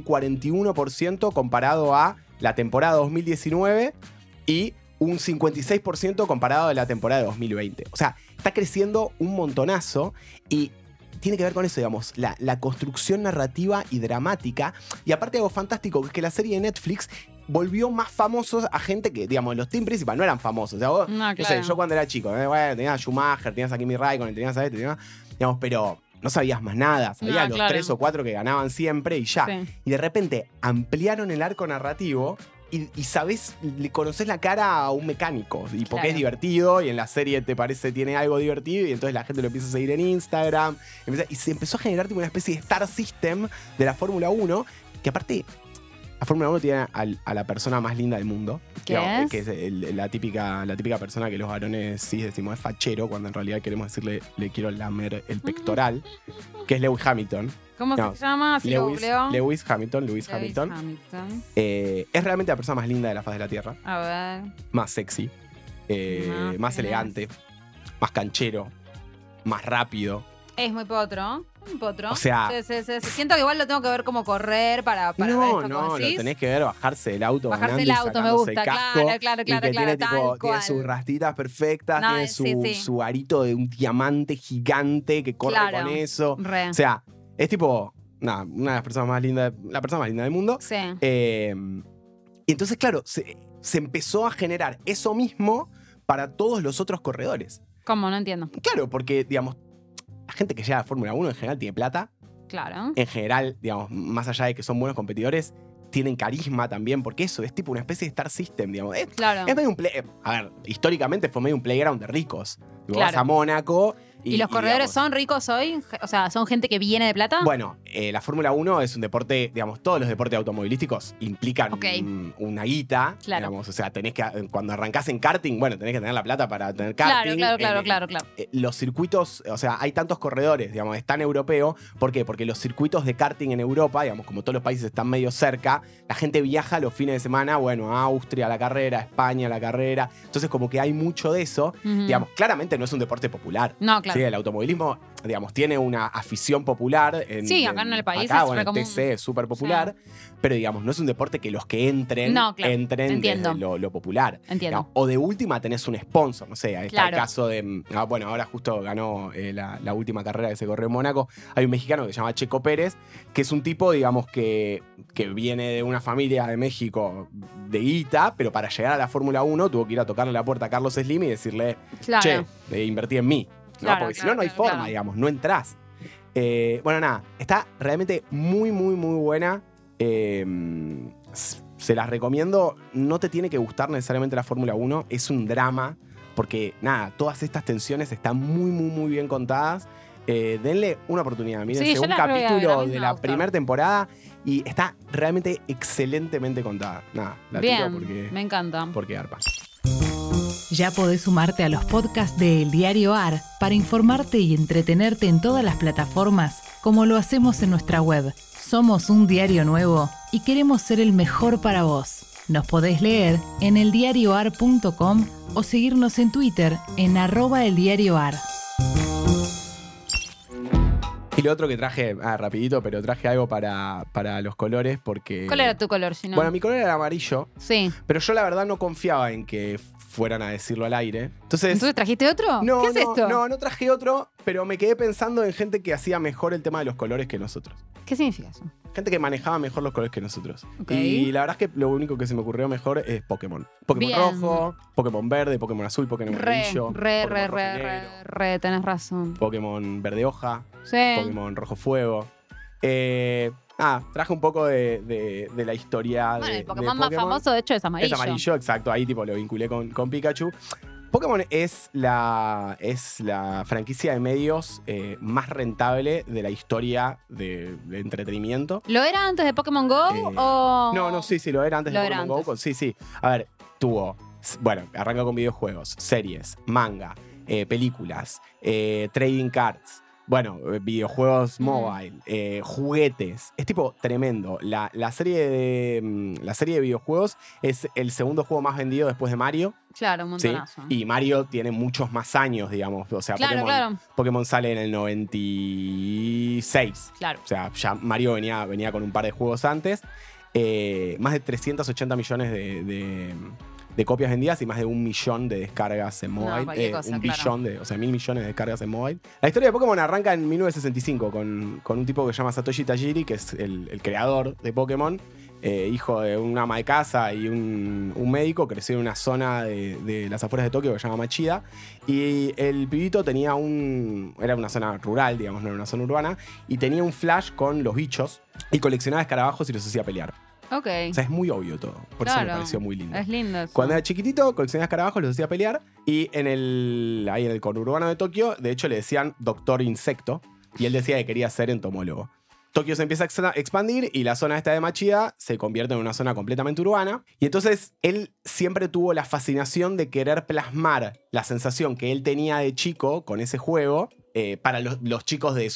41% comparado a la temporada 2019 y un 56% comparado a la temporada de 2020. O sea, está creciendo un montonazo y tiene que ver con eso, digamos, la construcción narrativa y dramática. Y aparte algo fantástico, que es que la serie de Netflix volvió más famosos a gente que, digamos, los team principal no eran famosos. O sea, vos, No, no sé, claro. yo cuando era chico, bueno, tenías a Schumacher, tenías a Kimi Raikkonen, tenías a este, digamos, pero no sabías más nada. Sabías No, los claro. 3 o 4 que ganaban siempre y ya. Sí. Y de repente ampliaron el arco narrativo y sabés, le conoces la cara a un mecánico. Y porque Claro. es divertido y en la serie te parece tiene algo divertido y entonces la gente lo empieza a seguir en Instagram. Y se empezó a generar tipo una especie de Star System de la Fórmula 1 que aparte... La Fórmula 1 tiene a la persona más linda del mundo. ¿Qué Digamos, es? Que es la típica persona que los varones sí decimos es fachero, cuando en realidad queremos decirle le quiero lamer el pectoral, que es Lewis Hamilton. ¿Cómo No, se llama? Así lo googleo. Lewis Hamilton. Lewis Hamilton. Es realmente la persona más linda de la faz de la Tierra. A ver. Más sexy, Más más tenés. elegante, más canchero, más rápido. Es muy potro. Un potro. O sea- Sí. Siento que igual lo tengo que ver como correr para ver No, esto, no, como lo decís. tenés que ver bajarse del auto. Bajarse ganando del y auto, me sacándose gusta, el casco, claro, y que tiene, tal tiene cual. sus rastitas perfectas, No, tiene sí. su arito de un diamante gigante que corre Claro. con eso. Re. O sea, es tipo, nada, una de las personas más lindas, la persona más linda del mundo. Sí. Y entonces, claro, se empezó a generar eso mismo para todos los otros corredores. ¿Cómo? No entiendo. Claro, porque, digamos, la gente que llega a Fórmula 1 en general tiene plata. Claro. En general, digamos, más allá de que son buenos competidores, tienen carisma también, porque eso es tipo una especie de Star System, digamos. Claro. Es medio un a ver, históricamente fue medio un playground de ricos. Tipo, Claro. vas a Mónaco ¿Y los corredores digamos, son ricos hoy? O sea, ¿son gente que viene de plata? Bueno, la Fórmula 1 es un deporte, digamos, todos los deportes automovilísticos implican Ok. una guita, Claro. digamos, o sea, tenés que, cuando arrancás en karting, bueno, tenés que tener la plata para tener karting. Claro. Los circuitos, o sea, hay tantos corredores, digamos, es tan europeo. ¿Por qué? Porque los circuitos de karting en Europa, digamos, como todos los países están medio cerca, la gente viaja los fines de semana, bueno, a Austria a la carrera, a España a la carrera. Entonces, como que hay mucho de eso. Ujú. Digamos, claramente no es un deporte popular. No, claro. Sí, el automovilismo, digamos, tiene una afición popular. Sí, acá en el país acá, es bueno, re común. el TC es súper popular. Pero, digamos, no es un deporte que los que entren, No, claro, entren entiendo. desde lo popular. Entiendo. Digamos, o de última tenés un sponsor, no sé, ahí está Claro. el caso de... bueno, ahora justo ganó la última carrera que se corrió en Mónaco. Hay un mexicano que se llama Checo Pérez, que es un tipo, digamos, que viene de una familia de México de guita, pero para llegar a la Fórmula 1 tuvo que ir a tocarle la puerta a Carlos Slim y decirle, Claro. che, invertí en mí. ¿no? Claro, Porque si claro, no, no hay claro, forma, claro. digamos, no entrás. Bueno, nada, está realmente muy, muy, muy buena. Se las recomiendo. No te tiene que gustar necesariamente la Fórmula 1. Es un drama. Porque, nada, todas estas tensiones están muy, muy, muy bien contadas. Denle una oportunidad. Sí, Mírense yo un la voy a ver, a capítulo mí me de va a la gustar. primera temporada y está realmente excelentemente contada. Nada, la tiro Bien, me encanta. porque arpa. Ya podés sumarte a los podcasts de El Diario AR para informarte y entretenerte en todas las plataformas, como lo hacemos en nuestra web. Somos un diario nuevo y queremos ser el mejor para vos. Nos podés leer en eldiarioar.com o seguirnos en Twitter en @eldiarioar. Y lo otro que traje, rapidito, pero traje algo para los colores porque... ¿Cuál era tu color, si no? Bueno, mi color era amarillo, Sí. pero yo la verdad no confiaba en que fueran a decirlo al aire. Entonces ¿Trajiste otro? no, ¿Qué es esto? no traje otro, pero me quedé pensando en gente que hacía mejor el tema de los colores que nosotros. ¿Qué significa eso? Gente que manejaba mejor los colores que nosotros. Ok. Y la verdad es que lo único que se me ocurrió mejor es Pokémon. Pokémon Bien. rojo, Pokémon verde, Pokémon azul, Pokémon amarillo, Pokémon rojo y negro, Re, tenés razón. Pokémon verde hoja, Sí. Pokémon rojo fuego. Traje un poco de la historia Bueno, de el Pokémon de más famoso, de hecho, es amarillo. Es amarillo, exacto. Ahí tipo lo vinculé con Pikachu. Pokémon es la franquicia de medios más rentable de la historia de entretenimiento. ¿Lo era antes de Pokémon Go o...? No, sí, lo era antes de Pokémon Go. Sí. A ver, arranca con videojuegos, series, manga, películas, trading cards. Bueno, videojuegos mobile, juguetes. Es tipo tremendo. La serie de videojuegos es el segundo juego más vendido después de Mario. Claro, un montonazo. ¿Sí? Y Mario tiene muchos más años, digamos. O sea, Claro. Pokémon sale en el 96. Claro. O sea, ya Mario venía con un par de juegos antes. Más de 380 millones de copias vendidas y más de 1 millón de descargas en mobile. Un billón 1.000 millones de descargas en mobile. La historia de Pokémon arranca en 1965 con un tipo que se llama Satoshi Tajiri, que es el creador de Pokémon. Hijo de un ama de casa y un médico, creció en una zona de las afueras de Tokio que se llama Machida. Y el pibito tenía era una zona rural, digamos, no era una zona urbana, y tenía un flash con los bichos y coleccionaba escarabajos y los hacía pelear. Ok. O sea, es muy obvio todo. Por eso me pareció muy lindo. Es lindo eso. Cuando era chiquitito, coleccionaba escarabajos, los hacía pelear. Y ahí en el conurbano de Tokio, de hecho, le decían Doctor Insecto. Y él decía que quería ser entomólogo. Tokio se empieza a expandir y la zona esta de Machida se convierte en una zona completamente urbana. Y entonces él siempre tuvo la fascinación de querer plasmar la sensación que él tenía de chico con ese juego para los chicos de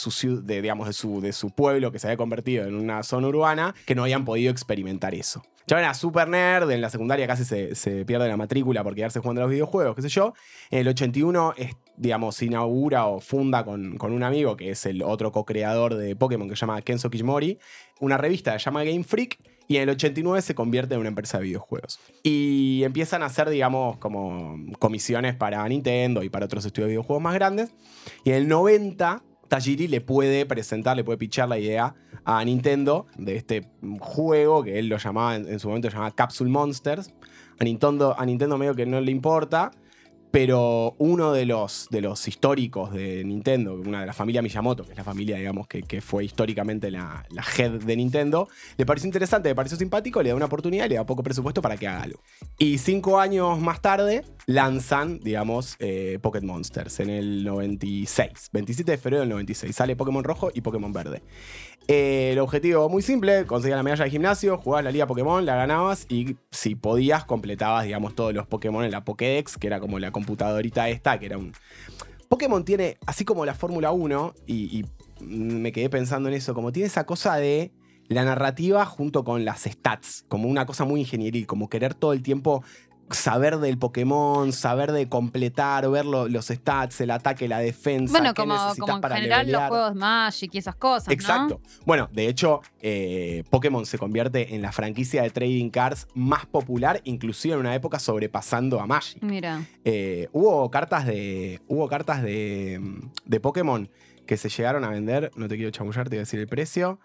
su pueblo que se había convertido en una zona urbana que no habían podido experimentar eso. Ya era súper nerd, en la secundaria casi se pierde la matrícula por quedarse jugando a los videojuegos, qué sé yo. En el 81, se inaugura o funda con un amigo que es el otro co-creador de Pokémon que se llama Kenzo Kishimori, una revista que se llama Game Freak. Y en el 89 se convierte en una empresa de videojuegos. Y empiezan a hacer, digamos, como comisiones para Nintendo y para otros estudios de videojuegos más grandes. Y en el 90, Tajiri le puede pitchar la idea a Nintendo de este juego que él lo llamaba, en su momento lo llamaba Capsule Monsters. A Nintendo medio que no le importa. Pero uno de los históricos de Nintendo, una de la familia Miyamoto, que es la familia, digamos, que fue históricamente la head de Nintendo, le pareció interesante, le pareció simpático, le da una oportunidad y le da poco presupuesto para que haga algo. Y 5 años más tarde lanzan, digamos, Pocket Monsters en el 96. 27 de febrero del 96. Sale Pokémon Rojo y Pokémon Verde. El objetivo muy simple, conseguías la medalla de gimnasio, jugabas la liga Pokémon, la ganabas y si podías completabas, digamos, todos los Pokémon en la Pokédex, que era como la computadorita esta, que era un... Pokémon tiene, así como la Fórmula 1, y me quedé pensando en eso, como tiene esa cosa de la narrativa junto con las stats, como una cosa muy ingenieril, como querer todo el tiempo saber del Pokémon, saber de completar, ver los stats, el ataque, la defensa. Bueno, como en general los juegos Magic y esas cosas, exacto. ¿No? Bueno, de hecho, Pokémon se convierte en la franquicia de trading cards más popular, inclusive en una época sobrepasando a Magic. Mira. Hubo cartas de Pokémon que se llegaron a vender, no te quiero chamullar, te voy a decir el precio.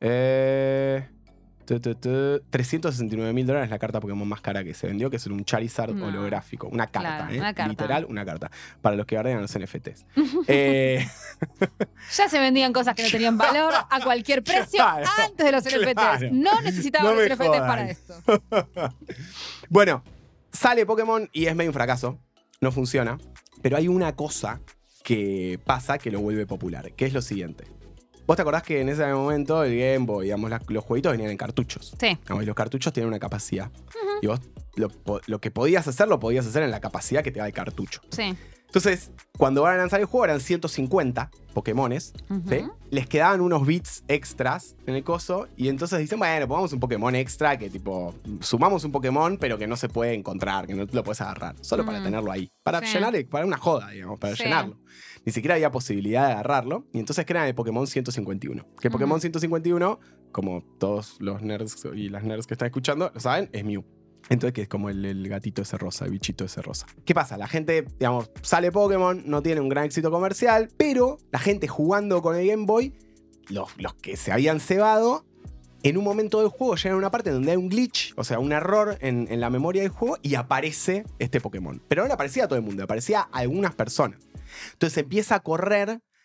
$369.000 la carta Pokémon más cara que se vendió, que es un Charizard holográfico. Una carta, claro, una carta. Literal, una carta. Para los que guardan los NFTs. Ya se vendían cosas que no tenían valor a cualquier precio antes de los NFTs. Claro. No necesitaban los NFTs jodan para esto. Bueno, sale Pokémon y es medio un fracaso. No funciona. Pero hay una cosa que pasa que lo vuelve popular, que es lo siguiente. ¿Vos te acordás que en ese momento el Game Boy, digamos, los jueguitos venían en cartuchos? Sí. Y los cartuchos tienen una capacidad. Y vos lo que podías hacer, lo podías hacer en la capacidad que te da el cartucho. Sí. Entonces, cuando van a lanzar el juego eran 150 Pokémones, ¿sí? Les quedaban unos bits extras en el coso y entonces dicen, bueno, pongamos un Pokémon extra que tipo, sumamos un Pokémon pero que no se puede encontrar, que no te lo puedes agarrar, solo para tenerlo ahí, para llenar, para una joda, digamos, para llenarlo. Ni siquiera había posibilidad de agarrarlo y entonces crean el Pokémon 151. Que Pokémon 151, como todos los nerds y las nerds que están escuchando lo saben, es Mew. Entonces, que es como el gatito ese rosa, el bichito ese rosa. ¿Qué pasa? La gente, digamos, sale Pokémon, no tiene un gran éxito comercial, pero la gente jugando con el Game Boy, los que se habían cebado, en un momento del juego llegan a una parte donde hay un glitch, o sea, un error en la memoria del juego, y aparece este Pokémon. Pero no le aparecía a todo el mundo, le aparecía a algunas personas. Entonces empieza a correr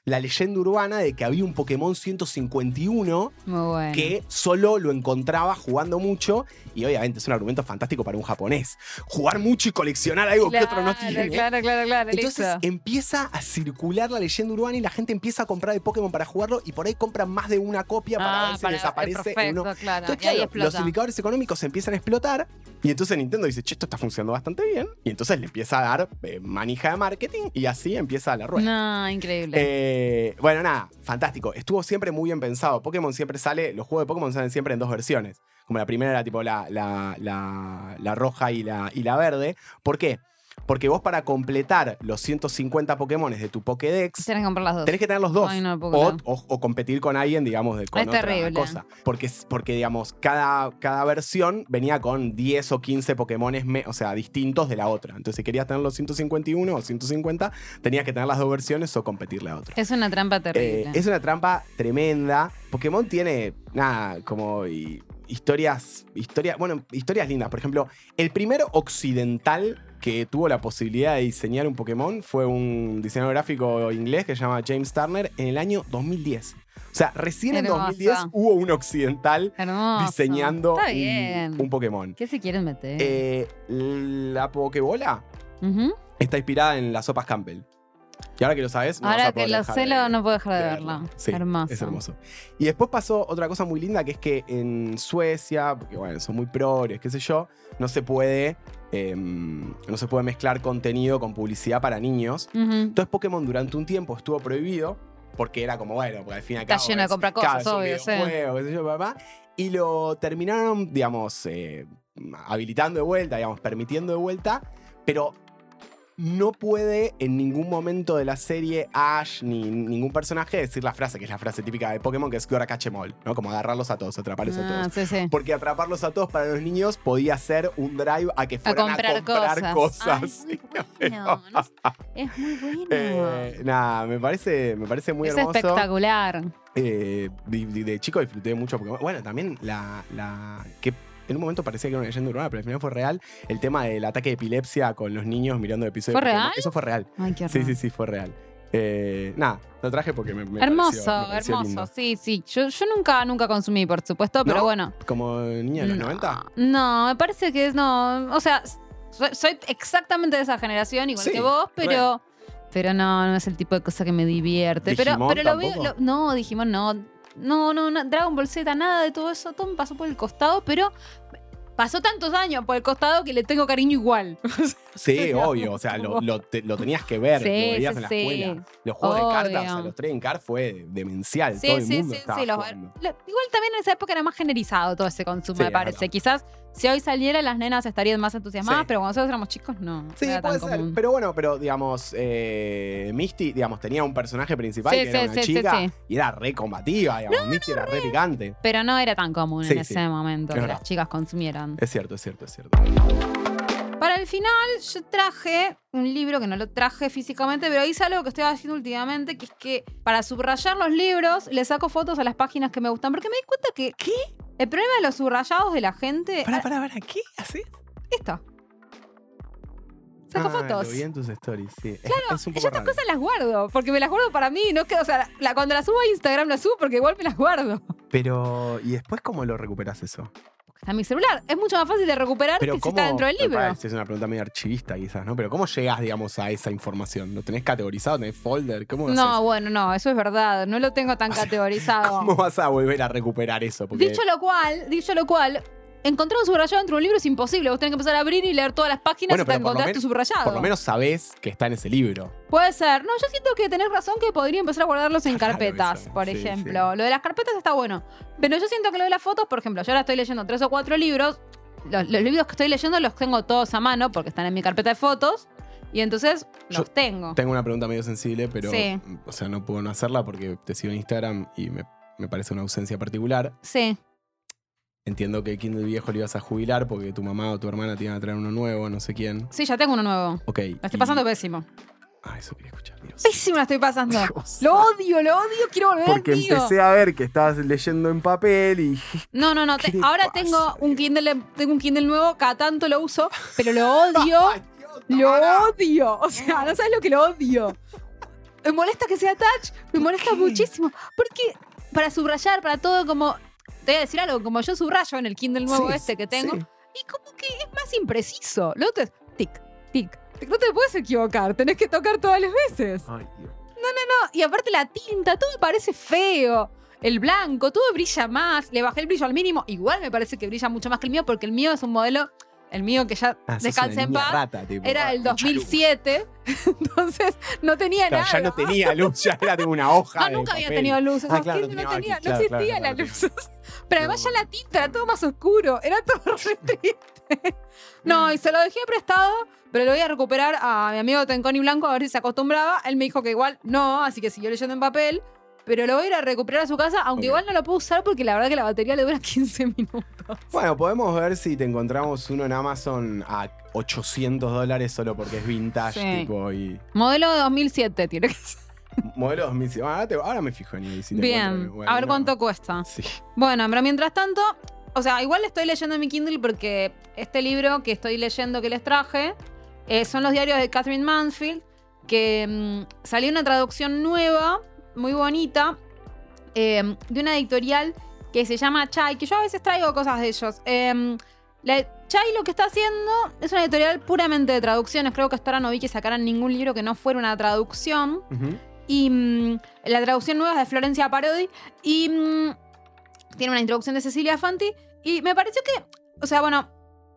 la leyenda urbana de que había un Pokémon 151 Muy bueno. que solo lo encontraba jugando mucho, y obviamente es un argumento fantástico para un japonés. Jugar mucho y coleccionar algo que otro no tiene. Claro. Entonces listo. empieza a circular la leyenda urbana y la gente empieza a comprar el Pokémon para jugarlo, y por ahí compran más de una copia para ver si desaparece perfecto, uno. claro. Entonces, Y ahí claro, explota. los indicadores económicos empiezan a explotar, y entonces Nintendo dice, che, esto está funcionando bastante bien, y entonces le empieza a dar manija de marketing, y así empieza la rueda. No, increíble. Bueno, nada, fantástico. Estuvo siempre muy bien pensado. Pokémon siempre sale, los juegos de Pokémon salen siempre en 2 versiones. Como la primera era tipo la roja y la verde. ¿Por qué? Porque vos para completar los 150 Pokémones de tu Pokédex, Tenés que comprar las dos. tenés que tener los dos. Ay, no lo puedo creer. o competir con alguien, digamos, con Es otra terrible. cosa. Porque digamos, cada versión venía con 10 o 15 Pokémones, distintos de la otra. Entonces, si querías tener los 151 o 150, tenías que tener las 2 versiones o competirle a otra. Es una trampa terrible. Es una trampa tremenda. Pokémon tiene, como historias lindas. Por ejemplo, el primero occidental que tuvo la posibilidad de diseñar un Pokémon fue un diseñador gráfico inglés que se llama James Turner en el año 2010. O sea, recién en Hermoso. 2010 hubo un occidental Hermoso. diseñando Está bien. un Pokémon. ¿Qué se quieren meter? La Pokébola Ujú. está inspirada en las sopas Campbell. Y ahora que lo sabes, no vas Ahora a poder que lo dejar sé, de- no puedo dejar de verla. verla. Sí, Hermoso. es hermoso. Y después pasó otra cosa muy linda, que es que en Suecia, porque bueno, son muy progres, qué sé yo, no se puede mezclar contenido con publicidad para niños. Ujú. Entonces Pokémon durante un tiempo estuvo prohibido, porque era como, bueno, porque al fin y al Está cabo lleno de es- compracosas, claro, es un obvio, sí. videojuego, qué sé yo, papá. Y lo terminaron, digamos, habilitando de vuelta, digamos, permitiendo de vuelta, pero no puede en ningún momento de la serie Ash ni ningún personaje decir la frase, que es la frase típica de Pokémon, que es Gora Catch 'em all, ¿no? Como agarrarlos a todos, atraparlos a todos. Sí, sí. Porque atraparlos a todos para los niños podía ser un drive a que fueran a comprar cosas. Ay, bueno, es muy bueno. Nada, me parece muy Es hermoso. espectacular. De chico disfruté mucho Pokémon. Bueno, también que en un momento parecía que era una leyenda urbana, pero al final fue real. El tema del ataque de epilepsia con los niños mirando episodios. ¿Fue de Pokémon. real? Eso fue real. Ay, qué horror. Sí, fue real. Nada, lo traje porque me Hermoso, pareció hermoso. lindo. Sí. Yo nunca consumí, por supuesto, pero ¿No? bueno. ¿Como niña de los 90? No, me parece que no. O sea, soy exactamente de esa generación, igual Sí, que vos, pero no es el tipo de cosa que me divierte. ¿Digimon pero lo veo. tampoco? No, Digimon no. No, Dragon Ball Z, nada de todo eso. Todo me pasó por el costado, pero pasó tantos años por el costado que le tengo cariño igual. Sí, No, obvio. O sea, lo tenías que ver, Sí, lo veías sí, en la sí. escuela. Los juegos de cartas, o sea, Obvio. los trading cards fue demencial. Sí, Todo el sí, mundo sí, estaba sí. jugando. Igual también en esa época era más generalizado todo ese consumo, Sí, me es parece. verdad. Quizás si hoy saliera, las nenas estarían más entusiasmadas, Sí. pero cuando nosotros éramos chicos, no. Sí, no era puede tan ser. común. Pero bueno, digamos, Misty, digamos, tenía un personaje principal Sí, que era sí, una sí, sí, chica sí. y era re combativa, digamos. Misty era re picante. Pero no era tan común Sí, en sí. ese momento Es que verdad. las chicas consumieran. Es cierto, es cierto, es cierto. Para el final, yo traje un libro que no lo traje físicamente, pero hice algo que estoy haciendo últimamente, que es que para subrayar los libros, le saco fotos a las páginas que me gustan. Porque me di cuenta que. ¿Qué? El problema de los subrayados de la gente. Para, ¿qué haces? Esto. Saco fotos. Lo vi en tus stories, sí. Claro, es un poco yo estas raro. cosas las guardo, porque me las guardo para mí, no que, o sea, cuando las subo a Instagram las subo porque igual me las guardo. Pero, ¿y después cómo lo recuperas eso? Está en mi celular. Es mucho más fácil de recuperar que si está dentro del libro. Es una pregunta medio archivista quizás, ¿no? Pero ¿cómo llegas, digamos, a esa información? ¿Lo tenés categorizado? ¿Tenés folder? ¿Cómo lo No, haces? bueno, no, eso es verdad. No lo tengo tan categorizado. ¿Cómo vas a volver a recuperar eso? Porque Dicho lo cual, encontrar un subrayado dentro de un libro es imposible. Vos tenés que empezar a abrir y leer todas las páginas hasta pero encontrar tu subrayado. por lo menos sabés que está en ese libro. Puede ser. No, yo siento que tenés razón que podría empezar a guardarlos en Está raro carpetas, eso. por Sí, ejemplo. sí. Lo de las carpetas está bueno. Pero yo siento que lo de las fotos, por ejemplo, yo ahora estoy leyendo 3 o 4 libros. Los libros que estoy leyendo los tengo todos a mano porque están en mi carpeta de fotos. Y entonces Yo los tengo. Tengo una pregunta medio sensible, pero Sí. o sea, no puedo no hacerla porque te sigo en Instagram y me parece una ausencia particular. Sí. Entiendo que el Kindle viejo lo ibas a jubilar porque tu mamá o tu hermana te iban a traer uno nuevo, no sé quién. Sí, ya tengo uno nuevo. Ok. La estoy pasando pésimo. Ah, eso quería escuchar, Dios. Pésimo la estoy pasando. Dios. Lo odio, quiero volver Porque al mío. empecé a ver que estabas leyendo en papel y dije, No. ¿Qué le Ahora pasa, tengo un Dios? Kindle nuevo, cada tanto lo uso, pero lo odio. ¡ay, Dios, Lo Tamara! odio. O sea, no sabes lo que lo odio. Me molesta que sea touch, me molesta muchísimo. Porque para subrayar, para todo, como... Te voy a decir algo, como yo subrayo en el Kindle nuevo que tengo, y como que es más impreciso. Lo otro es tic, tic, tic. No te puedes equivocar, tenés que tocar todas las veces. Ay, Dios. No, y aparte la tinta, todo me parece feo. El blanco, todo brilla más. Le bajé el brillo al mínimo. Igual me parece que brilla mucho más que el mío, porque el mío es un modelo... El mío, que ya descansa en paz, rata, tipo, era el 2007. Entonces, no tenía nada. Ya no tenía luz, ya era de una hoja. No, nunca había tenido luz. No existía la luz. Pero además ya la tinta era todo más oscuro. Era todo re triste. No, y se lo dejé prestado, pero lo voy a recuperar a mi amigo Tenconi Blanco a ver si se acostumbraba. Él me dijo que igual no, así que siguió leyendo en papel. Pero lo voy a ir a recuperar a su casa, aunque igual no lo puedo usar porque la verdad que la batería le dura 15 minutos. Bueno, podemos ver si te encontramos uno en Amazon a $800 solo porque es vintage, tipo. Y... Modelo de 2007 tiene que ser. Modelo 2007. Ahora me fijo en él. Si bien, a ver cuánto cuesta. Sí. Bueno, pero mientras tanto, o sea, igual estoy leyendo en mi Kindle porque este libro que estoy leyendo que les traje son los diarios de Katherine Mansfield, que salió una traducción nueva, muy bonita, de una editorial que se llama Chai, que yo a veces traigo cosas de ellos. Chai lo que está haciendo es una editorial puramente de traducciones. Creo que hasta ahora no vi que sacaran ningún libro que no fuera una traducción. Y la traducción nueva es de Florencia Parodi. Y tiene una introducción de Cecilia Fanti. Y me pareció que, o sea, bueno,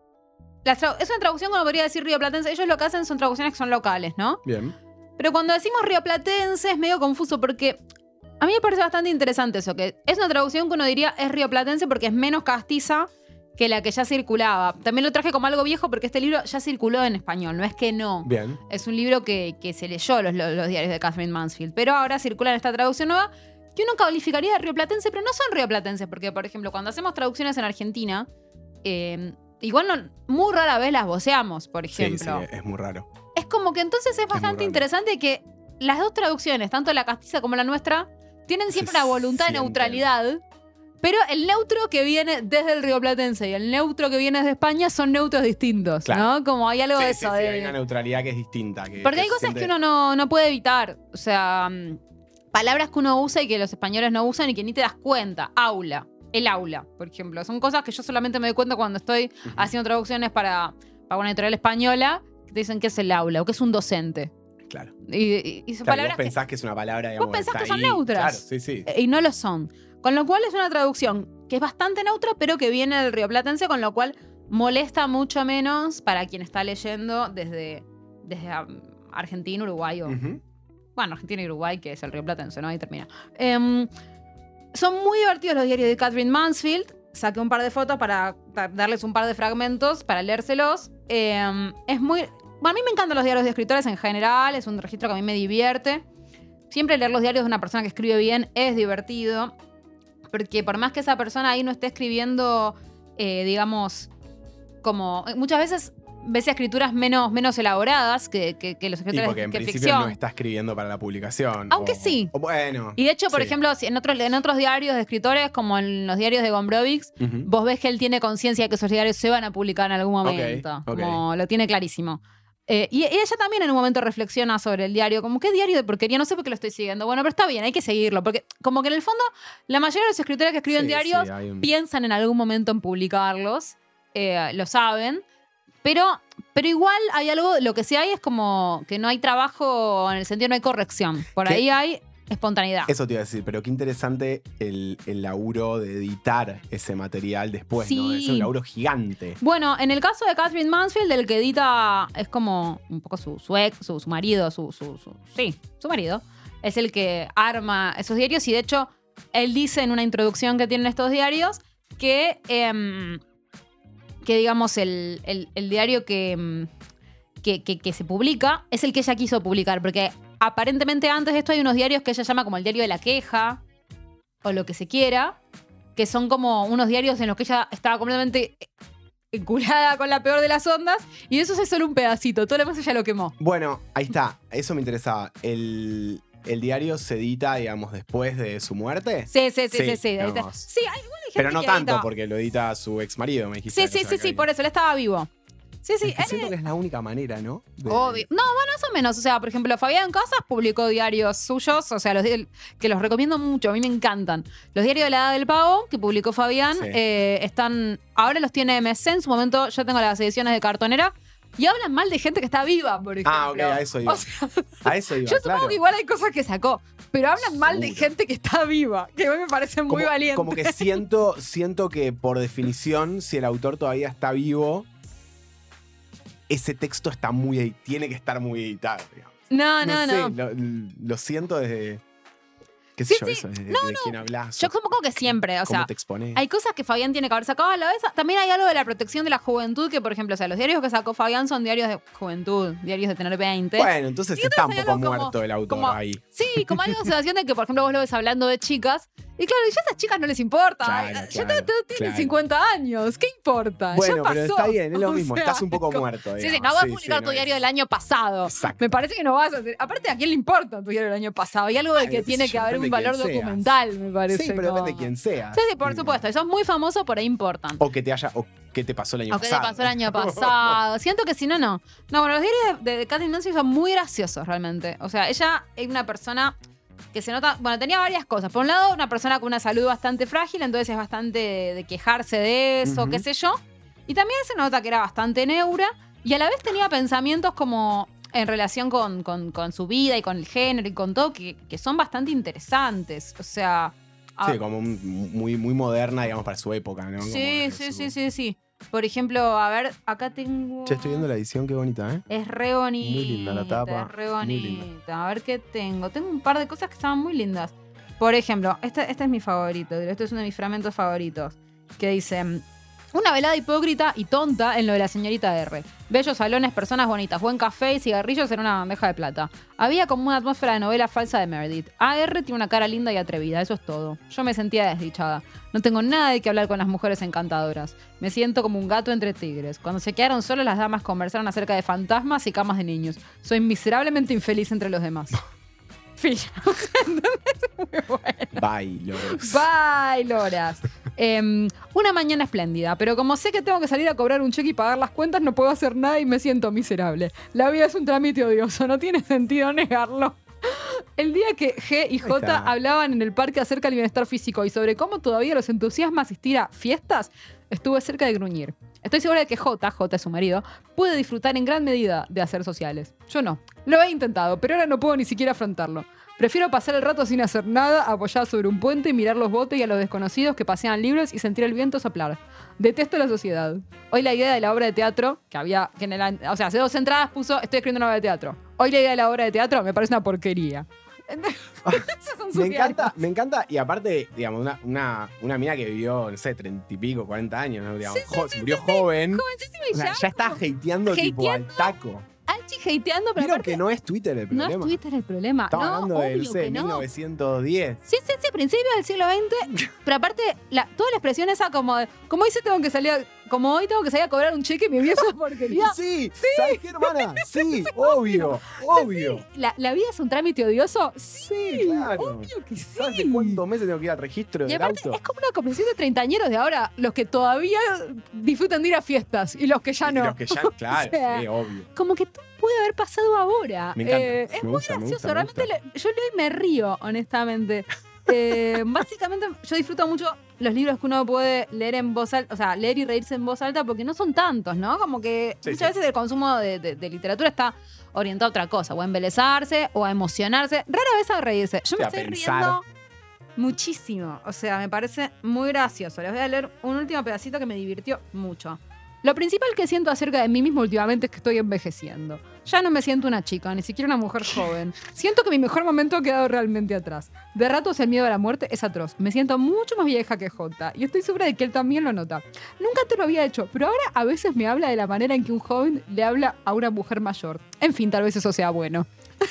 es una traducción, como podría decir, rioplatense. Ellos lo que hacen son traducciones que son locales, ¿no? Bien. Pero cuando decimos rioplatense es medio confuso porque a mí me parece bastante interesante eso, que es una traducción que uno diría es rioplatense porque es menos castiza que la que ya circulaba. También lo traje como algo viejo porque este libro ya circuló en español, no es que no. Bien. Es un libro que se leyó los diarios de Katherine Mansfield, pero ahora circula en esta traducción nueva que uno calificaría de rioplatense, pero no son rioplatenses, porque, por ejemplo, cuando hacemos traducciones en Argentina, igual muy rara vez las voceamos, por ejemplo. Sí, es muy raro. Es como que entonces es bastante interesante que las dos traducciones, tanto la castiza como la nuestra, tienen siempre una voluntad de neutralidad, pero el neutro que viene desde el rioplatense y el neutro que viene desde España son neutros distintos, claro. ¿no? Como hay algo de eso. Sí, hay una neutralidad que es distinta. Porque hay cosas que uno no puede evitar. O sea, palabras que uno usa y que los españoles no usan y que ni te das cuenta. Aula. El aula, por ejemplo. Son cosas que yo solamente me doy cuenta cuando estoy haciendo traducciones para una editorial española, que te dicen que es el aula o que es un docente. Claro. Y son palabras vos pensás que es una palabra, digamos, vos pensás que son ahí. neutras. Claro, sí. Y no lo son. Con lo cual es una traducción que es bastante neutra, pero que viene del rioplatense, con lo cual molesta mucho menos para quien está leyendo desde Argentina, Uruguay o... Bueno, Argentina y Uruguay, que es el rioplatense, ¿no? Ahí termina. Son muy divertidos los diarios de Katherine Mansfield. Saqué un par de fotos para darles un par de fragmentos para leérselos. Es muy... Bueno, a mí me encantan los diarios de escritores en general. Es un registro que a mí me divierte. Siempre leer los diarios de una persona que escribe bien es divertido. Porque por más que esa persona ahí no esté escribiendo, digamos, como... Muchas veces ves escrituras menos elaboradas que los escritores porque en principio ficción. No está escribiendo para la publicación. Aunque sí. Bueno. Y de hecho, por ejemplo, en otros diarios de escritores, como en los diarios de Gombrowicz, vos ves que él tiene conciencia de que esos diarios se van a publicar en algún momento. Como lo tiene clarísimo. Y ella también en un momento reflexiona sobre el diario, como ¿qué diario de porquería? No sé por qué lo estoy siguiendo. Bueno, pero está bien, hay que seguirlo, porque como que en el fondo la mayoría de los escritores que escriben diarios piensan en algún momento en publicarlos, lo saben, pero igual hay algo, lo que sí hay es como que no hay trabajo, en el sentido no hay corrección, por ahí hay espontaneidad. Eso te iba a decir, pero qué interesante el laburo de editar ese material después, ¿no? Es un laburo gigante. Bueno, en el caso de Katherine Mansfield, el que edita es como un poco su marido, su marido, es el que arma esos diarios y de hecho él dice en una introducción que tienen estos diarios que digamos el diario que se publica es el que ella quiso publicar, porque aparentemente antes de esto hay unos diarios que ella llama como el diario de la queja o lo que se quiera, que son como unos diarios en los que ella estaba completamente vinculada con la peor de las ondas y eso es solo un pedacito, todo lo demás ella lo quemó. Bueno, ahí está, eso me interesaba. ¿El diario se edita, digamos, después de su muerte? Sí. Sí, pero no tanto, porque lo edita su ex marido, me dijiste. Sí, por eso, él estaba vivo. Sí, Es que siento que es la única manera, ¿no? Obvio. No, más o menos. O sea, por ejemplo, Fabián Casas publicó diarios suyos, o sea, que los recomiendo mucho, a mí me encantan. Los diarios de la Edad del Pavo, que publicó Fabián, Sí. están. Ahora los tiene MC, en su momento yo tengo las ediciones de Cartonera. Y hablan mal de gente que está viva, por ejemplo. Ah, ok, a eso iba. O sea, A eso iba, yo supongo claro. que igual hay cosas que sacó, pero hablan mal de Seguro. gente que está viva, que a mí me parece muy valiente. Como que siento que por definición, si el autor todavía está vivo, ese texto está tiene que estar muy editado, digamos. No. Sé, lo siento desde. ¿Qué sé Sí, yo? sí. Eso, desde quién hablas. Yo supongo que siempre, o cómo sea, te expones. hay cosas que Fabián tiene que haber sacado a la vez. También hay algo de la protección de la juventud, que por ejemplo, o sea, los diarios que sacó Fabián son diarios de juventud, diarios de tener 20. Bueno, entonces Y está un entonces hay poco algo como- muerto el autor como- ahí. Sí, como hay una sensación de que, por ejemplo, vos lo ves hablando de chicas, y claro, ya a esas chicas no les importa. Claro, Ya claro, tienen claro. 50 años, ¿qué importa? Bueno, ya pasó. pero está bien, es lo O mismo, sea, estás un poco es como- muerto. Sí, sí, digamos. no vas a Sí, publicar sí, tu no diario es- del año pasado. Exacto. Me parece que no vas a hacer. Aparte, ¿a quién le importa tu diario del año pasado? Hay algo de Ay, que qué tiene sé que yo, haber un depende de valor quién seas. documental, me parece. Sí, pero depende de como- quién sea. Sí, sí, por supuesto. Eso es muy famoso, por ahí importan. O que qué te pasó el año ¿O qué te pasado. pasó el año pasado? Siento que si no, no. No, bueno, los diarios de Catherine Nancy son muy graciosos realmente. O sea, ella es una persona que se nota. Bueno, tenía varias cosas. Por un lado, una persona con una salud bastante frágil, entonces es bastante de quejarse de eso, Ujú. qué sé yo. Y también se nota que era bastante neura y a la vez tenía pensamientos como en relación con su vida y con el género y con todo, que son bastante interesantes. O sea. Sí, como muy moderna, digamos, para su época, ¿no? Sí. Por ejemplo, a ver, acá tengo. Che, estoy viendo la edición, qué bonita, ¿eh? Es re bonita. Muy linda la tapa, Es re muy linda. bonita. A ver qué tengo. Tengo un par de cosas que estaban muy lindas. Por ejemplo, este es mi favorito. Este es uno de mis fragmentos favoritos. Que dice: una velada hipócrita y tonta en lo de la señorita R. Bellos salones, personas bonitas, buen café y cigarrillos en una bandeja de plata. Había como una atmósfera de novela falsa de Meredith. AR tiene una cara linda y atrevida, eso es todo. Yo me sentía desdichada. No tengo nada de qué hablar con las mujeres encantadoras. Me siento como un gato entre tigres. Cuando se quedaron solas, las damas conversaron acerca de fantasmas y camas de niños. Soy miserablemente infeliz entre los demás. Fin. Muy bueno. Bye, Loros. Bye, Loras. Una mañana espléndida, pero como sé que tengo que salir a cobrar un cheque y pagar las cuentas, no puedo hacer nada y me siento miserable. La vida es un trámite odioso, no tiene sentido negarlo. El día que G y J está. hablaban en el parque acerca del bienestar físico y sobre cómo todavía los entusiasma asistir a fiestas, estuve cerca de gruñir. Estoy segura de que J es su marido, puede disfrutar en gran medida de hacer sociales. Yo no. Lo he intentado, pero ahora no puedo ni siquiera afrontarlo. Prefiero pasar el rato sin hacer nada, apoyada sobre un puente y mirar los botes y a los desconocidos que pasean libres y sentir el viento soplar. Detesto la sociedad.Í la idea de la obra de teatro, hace 2 entradas puso, estoy escribiendo una obra de teatro. Hoy la idea de la obra de teatro me parece una porquería. Esas son sus diarios. Me encanta, y aparte, digamos, una mina que vivió, no sé, 30 y pico, 40 años, ¿no? Digamos, se murió joven. Jovencísima y O sea, ya está hateando tipo al taco. Anchi hateando, pero ¿Vieron aparte, que no es Twitter el no problema? es Twitter el problema. Estamos no, hablando de, no obvio sé, que no. 1910. Sí, principios del siglo XX. Pero aparte, toda la expresión esa como de, como hoy tengo que salir a cobrar un cheque y me vi esa porquería. Sí, ¿sabes qué, hermana? Sí, obvio. ¿La vida es un trámite odioso? Sí, claro. Obvio que sí. ¿Sabes de cuántos meses tengo que ir al registro Y del aparte, auto? es como una conversación de treintañeros de ahora, los que todavía disfrutan de ir a fiestas y los que ya Y no. los que ya, claro, O sea, sí, obvio. Como que todo puede haber pasado ahora. Me encanta, Es me muy gusta, me gracioso. gusta, me Realmente gusta. yo leo y me río, honestamente. Básicamente, yo disfruto mucho los libros que uno puede leer en voz alta, o sea, leer y reírse en voz alta, porque no son tantos, ¿no? Como que Sí, muchas sí. veces el consumo de literatura está orientado a otra cosa, o a embelezarse, o a emocionarse, rara vez a reírse. Yo Sí, me a estoy pensar. riendo muchísimo, o sea, me parece muy gracioso. Les voy a leer un último pedacito que me divirtió mucho. Lo principal que siento acerca de mí mismo últimamente es que estoy envejeciendo. Ya no me siento una chica, ni siquiera una mujer joven. Siento que mi mejor momento ha quedado realmente atrás. De ratos el miedo a la muerte es atroz. Me siento mucho más vieja que J. Y estoy segura de que él también lo nota. Nunca te lo había hecho, pero ahora a veces me habla de la manera en que un joven le habla a una mujer mayor. En fin, tal vez eso sea bueno.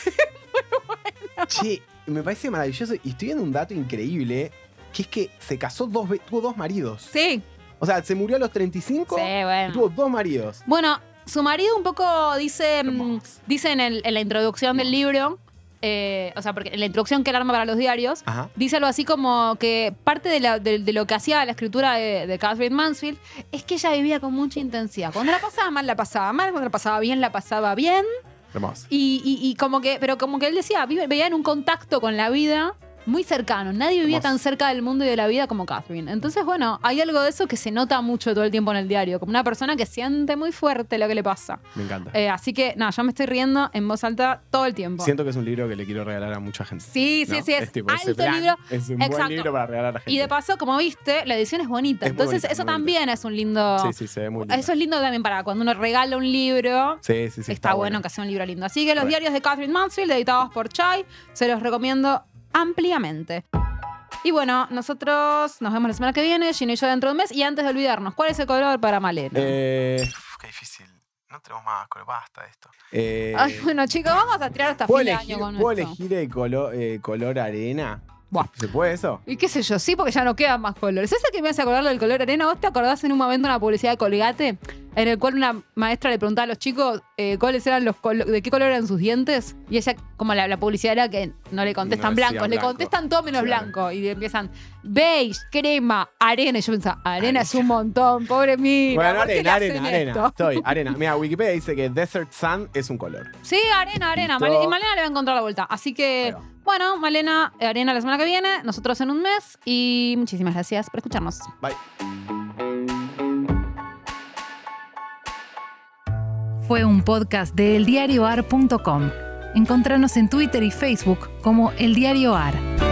Che, me parece maravilloso. Y estoy viendo un dato increíble, que es que se casó tuvo 2 maridos. Sí. O sea, se murió a los 35 Sí, y bueno. tuvo 2 maridos. Bueno, su marido un poco dice Hermoso. en la introducción del libro o sea, porque en la introducción que él arma para los diarios, Ajá. dice algo así como que parte de lo que hacía la escritura de Catherine Mansfield es que ella vivía con mucha intensidad. Cuando la pasaba mal, la pasaba mal. Cuando la pasaba bien. Hermoso. Y como que él decía, veía en un contacto con la vida muy cercano. Nadie vivía tan cerca del mundo y de la vida como Catherine. Entonces, bueno, hay algo de eso que se nota mucho todo el tiempo en el diario. Como una persona que siente muy fuerte lo que le pasa. Me encanta. Así que, nada, yo me estoy riendo en voz alta todo el tiempo. Siento que es un libro que le quiero regalar a mucha gente. Sí, ¿no? es tipo, ese alto plan, libro. Es un Exacto. buen libro para regalar a la gente. Y de paso, como viste, la edición es bonita. Es muy Entonces, bonita, eso muy también bonita. es un lindo... Sí, se ve muy lindo. Eso es lindo también para cuando uno regala un libro. Sí. Está bueno que sea un libro lindo. Así que los Re. diarios de Catherine Mansfield, editados por Chai, se los recomiendo ampliamente. Y bueno, nosotros nos vemos la semana que viene, Gino y yo dentro de un mes. Y antes de olvidarnos, ¿cuál es el color para Malena? Qué difícil. No tenemos más color. Basta de esto. Ay, bueno, chicos, vamos a tirar hasta ¿Puedo fin de elegir, año con ¿puedo esto. elegir el color arena? Buah. ¿Se puede eso? Y qué sé yo, sí, porque ya no quedan más colores. ¿Esa que me hace acordar del color arena? ¿Vos te acordás en un momento una publicidad de Colgate en el cual una maestra le preguntaba a los chicos cuáles eran de qué color eran sus dientes? Y ella, como la publicidad era que no le contestan No decía blancos, le blanco. contestan todo menos Claro. blanco. Y empiezan beige, crema, arena. Y yo pensaba, arena es un montón, pobre mía. Bueno, ¿por qué le hacen arena. esto? Estoy, arena. Mira, Wikipedia dice que Desert Sun es un color. Sí, arena. Listo. Y Malena le va a encontrar la vuelta. Así que, Ahí va. bueno, Malena, arena la semana que viene, nosotros en un mes. Y muchísimas gracias por escucharnos. Bye. Fue un podcast de eldiarioar.com. Encontranos en Twitter y Facebook como El Diario AR.